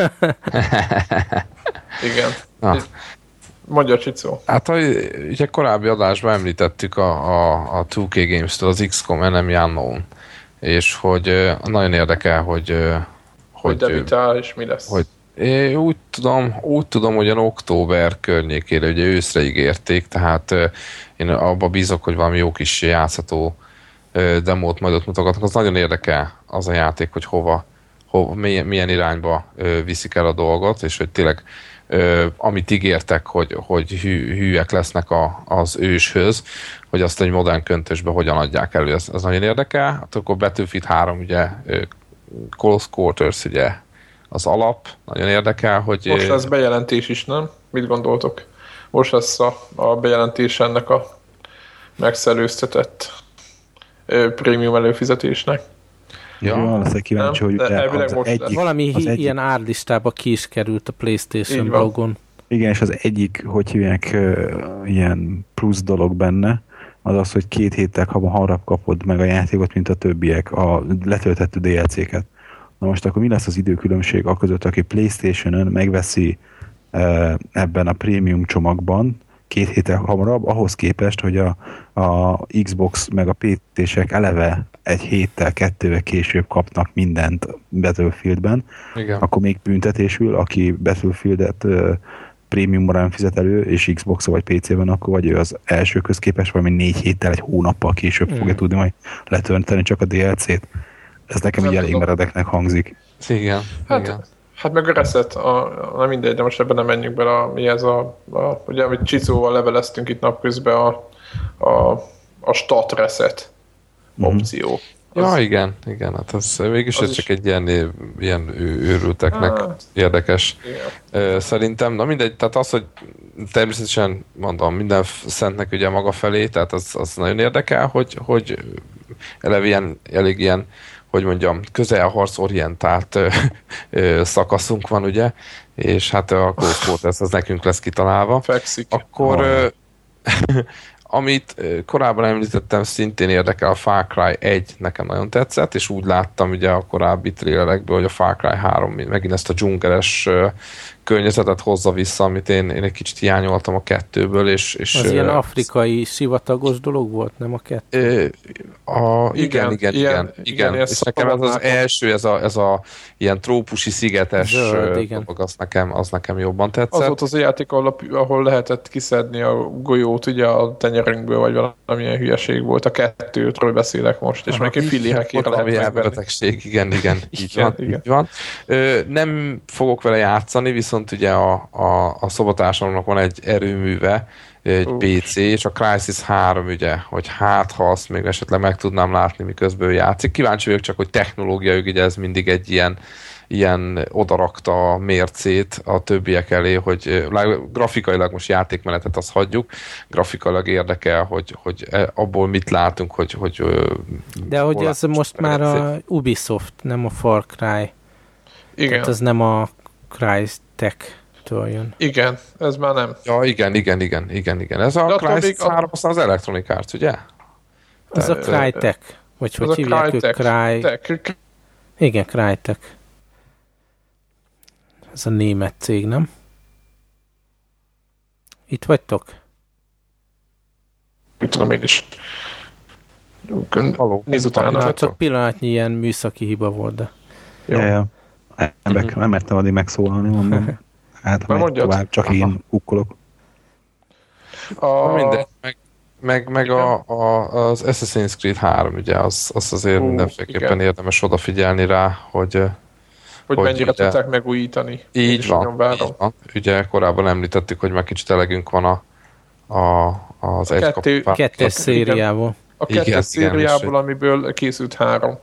Igen. Ah. Mondja, Csicó. Hát, ugye korábbi adásban említettük a, a, a two K Games-től az iksz kom Enemy Unknown, és hogy nagyon érdekel, hogy hogy, hogy debütál, és mi lesz. Hogy Én úgy tudom, úgy tudom, hogy olyan október környékére, ugye őszre ígérték, tehát én abba bízok, hogy valami jó kis játszható demót majd ott mutogatnak. Az nagyon érdekel az a játék, hogy hova, hova milyen, milyen irányba viszik el a dolgot, és hogy tényleg ö, amit ígértek, hogy, hogy hű, hűek lesznek a, az őshöz, hogy azt egy modern köntösbe hogyan adják elő, ez, ez nagyon érdekel. Hát akkor Battlefield három, ugye, Close Quarters, ugye, az alap, nagyon érdekel, hogy... Most lesz bejelentés is, nem? Mit gondoltok? Most lesz a, a bejelentés ennek a megszelőztetett ö, prémium előfizetésnek. Ja, ja leszek kíváncsi, hogy az egyik, valami az egyik, ilyen árlistába ki is került a PlayStation blogon. Igen, és az egyik, hogy hívják, uh, ilyen plusz dolog benne, az az, hogy két héttel hamarabb kapod meg a játékot, mint a többiek, a letöltettő dé el cé-ket. Na most akkor mi lesz az időkülönbség a között, aki PlayStation-ön megveszi uh, ebben a prémium csomagban két héttel hamarabb, ahhoz képest, hogy a, a Xbox meg a pé cé-sek eleve egy héttel, kettővel később kapnak mindent Battlefieldben, igen. Akkor még büntetésül, aki Battlefieldet uh, prémiumra nem fizet elő, és Xbox vagy pé cé-ben, akkor vagy ő az elsőkhöz képest valami négy héttel, egy hónappal később mm. fogja tudni majd letölteni csak a dé el cé-t. Ez nekem nem így elég meredeknek hangzik. Igen. Hát, igen. hát meg a reset, a, nem mindegy, de most ebben nem menjünk bele, a, mi ez a, a ugye, amit Csicóval leveleztünk itt napközben a, a, a stat reset opció. Mm. Az, ja, igen, igen, hát ez mégis ez csak egy ilyen, ilyen őrülteknek ah, érdekes. Igen. Szerintem, na mindegy, tehát az, hogy természetesen mondom, minden szentnek ugye maga felé, tehát az, az nagyon érdekel, hogy, hogy eleve ilyen, elég ilyen, hogy mondjam, közelharc-orientált ö, ö, szakaszunk van, ugye, és hát a Close Quarters az nekünk lesz kitalálva. Fekszik. Akkor ö, amit korábban említettem, szintén érdekel, a Far Cry egy nekem nagyon tetszett, és úgy láttam ugye a korábbi trailerekből, hogy a Far Cry három megint ezt a dzsungeles környezetet hozza vissza, amit én, én egy kicsit hiányoltam a kettőből. És, és az uh, ilyen afrikai sivatagos dolog volt, nem a kettő? Uh, a, igen, igen, igen. igen, igen. igen. És nekem ez az első, ez a, ez a ilyen trópusi szigetes Zöld, dolog, az nekem, az nekem jobban tetszett. Az volt az a játék, ahol, ahol lehetett kiszedni a golyót ugye a tenyerünkből, vagy valamilyen hülyeség volt. A kettőtről beszélek most, és meg egy fillérhekére lehet megvenni. Igen, igen, így van. Igen. Így van. Ö, nem fogok vele játszani, viszont ugye a, a, a szobatársamnak van egy erőműve, egy uh. pé cé, és a Crysis három ugye, hogy hát ha azt még esetleg meg tudnám látni, miközben ő játszik. Kíváncsi vagyok csak, hogy technológiai, ugye ez mindig egy ilyen, ilyen odarakta a mércét a többiek elé, hogy grafikailag most játékmenetet azt hagyjuk, grafikailag érdekel, hogy, hogy abból mit látunk, hogy... hogy de hogy ez most már a Ubisoft, nem a Far Cry. Igen. Tehát ez nem a Crytek-től jön. Igen, ez már nem. Ja, igen, igen, igen, igen, igen. Ez a Crysis három, aztán az Electronic Arts, ugye? Ez a Crytek. Vagy hogy hívják ők? Cry... Igen, Crytek. Ez a német cég, nem? Itt vagytok? Itt tudom én is. Nézz utána. Na, csak pillanatnyi ilyen műszaki hiba volt, de... Jó. Ja, ja. Nem, uh-huh. nem mertem addig megszólalni, mondom. Hát, ha tovább, csak Aha. én kukkolok. A... Mindegy, meg, meg, meg a, a, az Assassin's Creed három, ugye, az, az azért uh, mindenféleképpen igen. érdemes odafigyelni rá, hogy... Hogy, hogy mennyire ugye, tudták megújítani. Így van, így van. Ugye korábban említettük, hogy már kicsit elegünk van a, a, az a egy kettő, kapá... kettes szériából. A kettes igen, szériából, igen, amiből készült három.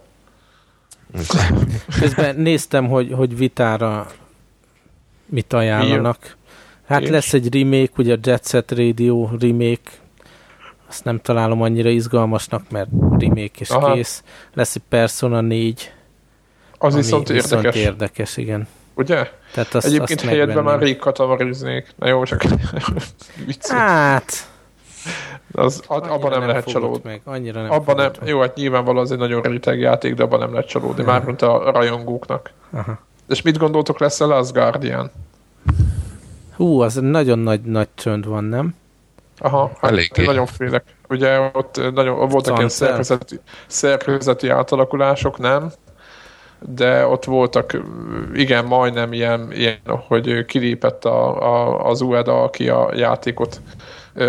Közben néztem, hogy, hogy vitára mit ajánlanak. Hát Én lesz egy remake, ugye a Jet Set Radio remake. Azt nem találom annyira izgalmasnak, mert remake és Aha. kész. Lesz egy Persona négy. Az viszont érdekes. Viszont érdekes, igen. Ugye? Tehát azt, Egyébként azt helyetben már rég katamariznék. Na jó, csak hát... Az, abban nem, nem lehet csalódni. Meg. Annyira nem abban nem, jó, hát nyilvánvalóan az egy nagyon réteg játék, de abban nem lehet csalódni, ja. Mármint a rajongóknak. Aha. És mit gondoltok, lesz a Last Guardian? Hú, az nagyon nagy, nagy csönd van, nem? Aha, hát nagyon félek. Ugye ott nagyon, voltak ilyen szerkezeti, szerkezeti átalakulások, nem? De ott voltak, igen, majdnem ilyen, ilyen hogy kilépett a, a, az Ueda, aki a játékot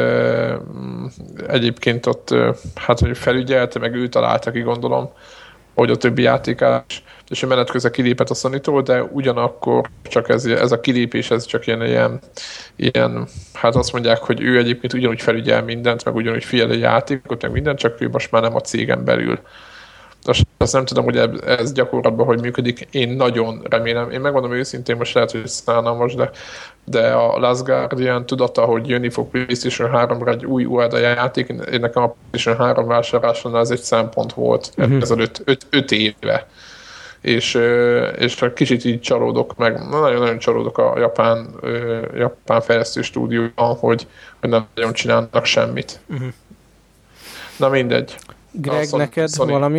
egyébként ott hát, hogy felügyelte, meg ő találta ki, gondolom. ahogy a többi játékás, és a menet közben kilépett a Sony-tól, de ugyanakkor csak ez, ez a kilépés, ez csak ilyen, ilyen, ilyen, hát azt mondják, hogy ő egyébként ugyanúgy felügyel mindent, meg ugyanúgy figyel a játékot, meg mindent, csak ő most már nem a cégen belül. Azt nem tudom, hogy ez gyakorlatban hogy működik. Én nagyon remélem. Én megmondom őszintén, most lehet, hogy szánalmas, de, de a Last Guardian tudata, hogy jönni fog PlayStation háromra egy új u el dé játék, én nekem a PlayStation három vásárlásánál ez egy szempont volt uh-huh. ezelőtt öt éve. És, és kicsit így csalódok meg, nagyon-nagyon csalódok a japán, japán fejlesztő stúdióban, hogy, hogy nem nagyon csinálnak semmit. Uh-huh. Na mindegy. Greg, Sony, neked Sony, valami?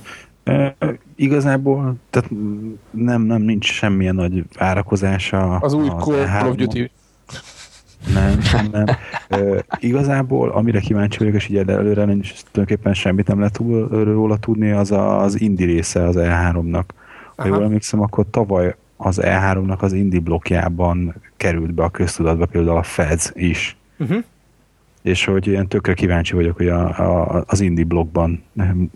E, igazából tehát nem, nem nincs semmilyen nagy várakozása. Az új Call of Duty. Nem, nem, nem. E, igazából, amire kíváncsi vagyok, és így előre nincs tulajdonképpen semmit nem lehet róla tudni, az a, az indie része az E háromnak. Ha Aha. jól emlékszem, akkor tavaly az E háromnak az indie blokkjában került be a köztudatba például a Fez is. Uh-huh. És hogy ilyen tökre kíváncsi vagyok, hogy a, a, az indie blogban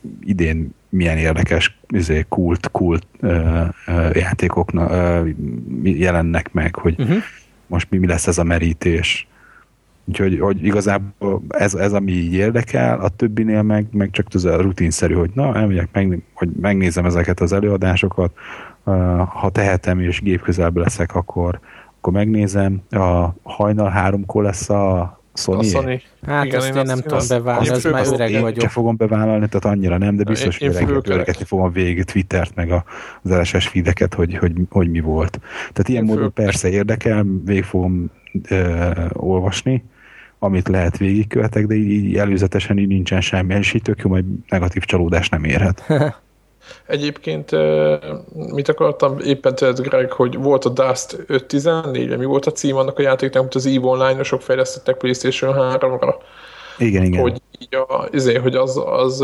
idén milyen érdekes izé, kult, kult uh, uh, játékok uh, jelennek meg, hogy uh-huh. most mi, mi lesz ez a merítés. Úgyhogy hogy igazából ez, ez, ami így érdekel, a többinél meg, meg csak az a rutinszerű, hogy na, elmegyek, meg, hogy megnézem ezeket az előadásokat, uh, ha tehetem és gép közelben leszek, akkor, akkor megnézem. A hajnal háromkor lesz a Sony? A Sony. Hát igen, ezt én, én nem tudom bevállalni, ez már öreg én vagyok. Én fogom bevállalni, tehát annyira nem, de biztos, hogy öregetni fogom végig Twittert, meg az el es es feedeket, hogy, hogy, hogy mi volt. Tehát ilyen én módon fő... persze érdekel, végig fogom ö, olvasni, amit lehet végigkövetek, de így, így előzetesen így nincsen semmi, és így tök jó, majd negatív csalódás nem érhet. Egyébként mit akartam éppen tőled, Greg, hogy volt a Dust öt tizennégy, mi volt a cím annak a játéknak, amit az EVE Online-osok fejlesztettek PlayStation háromra? Igen, igen. Hogy, a, azért, hogy az, az,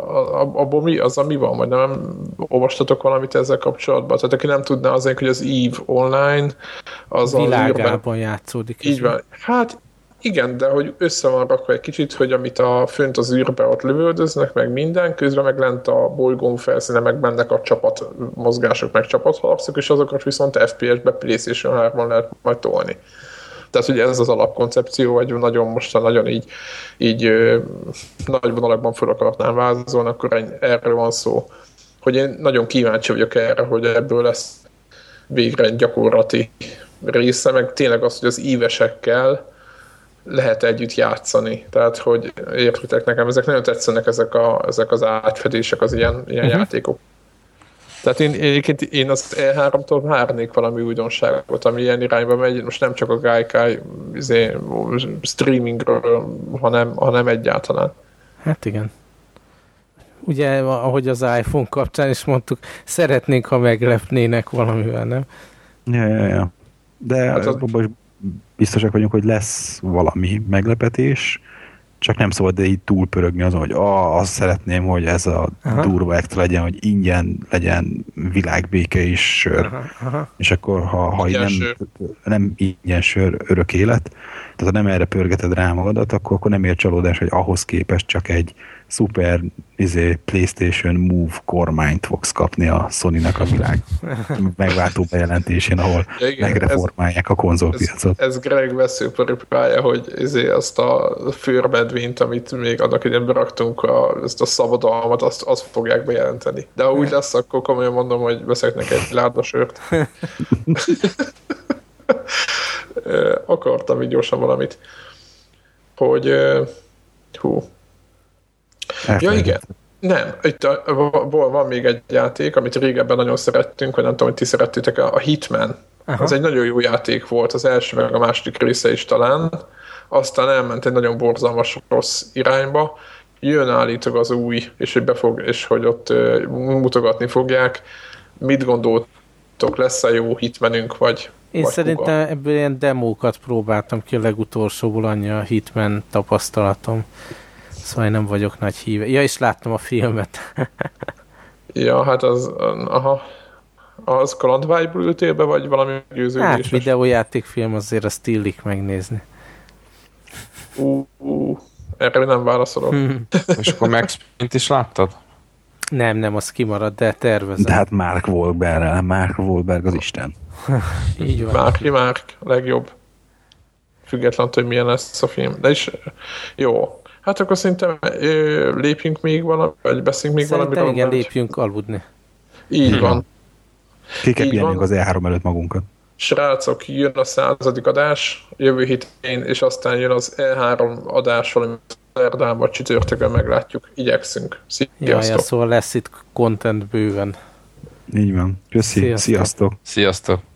abból mi, az, mi van, vagy nem olvastatok valamit ezzel kapcsolatban? Tehát aki nem tudná azért, hogy az EVE Online az világában játszódik. Így van. Hát igen, de hogy össze van rakva egy kicsit, hogy amit a fönt az űrbe ott lövöldöznek, meg minden, közben meg lent a bolygón felszíne, meg mennek a csapat mozgások, meg csapatharcok, és azokat viszont ef pé es-be PlayStation háromon lehet majd tolni. Tehát ugye ez az alapkoncepció, vagy nagyon mostan nagyon így, így ö, nagy vonalakban fel akartnám vázolni, akkor egy, erről van szó. Hogy én nagyon kíváncsi vagyok erre, hogy ebből lesz végre egy gyakorlati része, meg tényleg az, hogy az ívesekkel lehet együtt játszani. Tehát, hogy értitek nekem, ezek nagyon tetszenek ezek, a, ezek az átfedések, az ilyen, ilyen uh-huh. játékok. Tehát én, én, én az E háromtól várnék valami újdonságot, ami ilyen irányba megy, most nem csak a Gaikai izé, streamingről, hanem, hanem egyáltalán. Hát igen. Ugye, ahogy az iPhone kapcsán is mondtuk, szeretnénk, ha meglepnének valamivel, nem? Ja, ja, ja. De hát az... most biztosak vagyunk, hogy lesz valami meglepetés, csak nem szabad de így túlpörögni azon, hogy ah, azt szeretném, hogy ez a aha. durva extra legyen, hogy ingyen legyen világbéke és sör. Aha, aha. És akkor, ha, ha nem, nem ingyen sör, örök élet, tehát ha nem erre pörgeted rá magadat, akkor, akkor nem ér csalódás, hogy ahhoz képest csak egy szuper izé, PlayStation Move kormányt fogsz kapni a Sony-nak a világ megváltó bejelentésén, ahol ja, igen, megreformálják ez, a konzolpiacot. Ez, ez Greg veszőparipája, hogy izé azt a főrmedvényt, amit még annak idején beraktunk, a, ezt a szabadalmat, azt, azt fogják bejelenteni. De ha úgy lesz, akkor komolyan mondom, hogy veszek neki egy ládasört. Akartam így gyorsan valamit, hogy hú, ja igen, nem, itt a, van még egy játék, amit régebben nagyon szerettünk, vagy nem tudom, hogy ti szerettétek, a Hitman. Aha. Az egy nagyon jó játék volt, az első meg a második része is talán, aztán elment egy nagyon borzalmas rossz irányba, jön állítólag az új, és hogy, befog, és hogy ott uh, mutogatni fogják. Mit gondoltok, lesz-e jó Hitmanünk, vagy Én vagy szerintem kuga? Ebből ilyen demókat próbáltam ki a legutolsóból, annyi a Hitman tapasztalatom. Szóval nem vagyok nagy híve. Ja, és láttam a filmet. Ja, hát az, aha, az kalandvágyból ültél be, vagy valami győződéses? Hát videójátékfilm, azért azt illik megnézni. Ú, uh, uh, erre nem válaszolok. És akkor Max Payne-t is láttad? Nem, nem, az kimarad, de tervezem. De hát Mark Wahlberg, Mark Wahlberg az Isten. Így van. Marky Mark, legjobb. Függetlenül, hogy milyen lesz a film. De is jó. Hát akkor szerintem ö, lépjünk még valami, vagy beszéljünk még szerintem valamiről. Szerintem igen, lépjünk aludni. Így van. Ki kell pihenjünk az E három előtt magunkat. Srácok, jön a századik adás, jövő héten, és aztán jön az E három adás, valami szerdán csütörtökön meglátjuk. Igyekszünk. Sziasztok! Jaj, szóval lesz itt content bőven. Így van. Köszi. Sziasztok. Sziasztok. Sziasztok.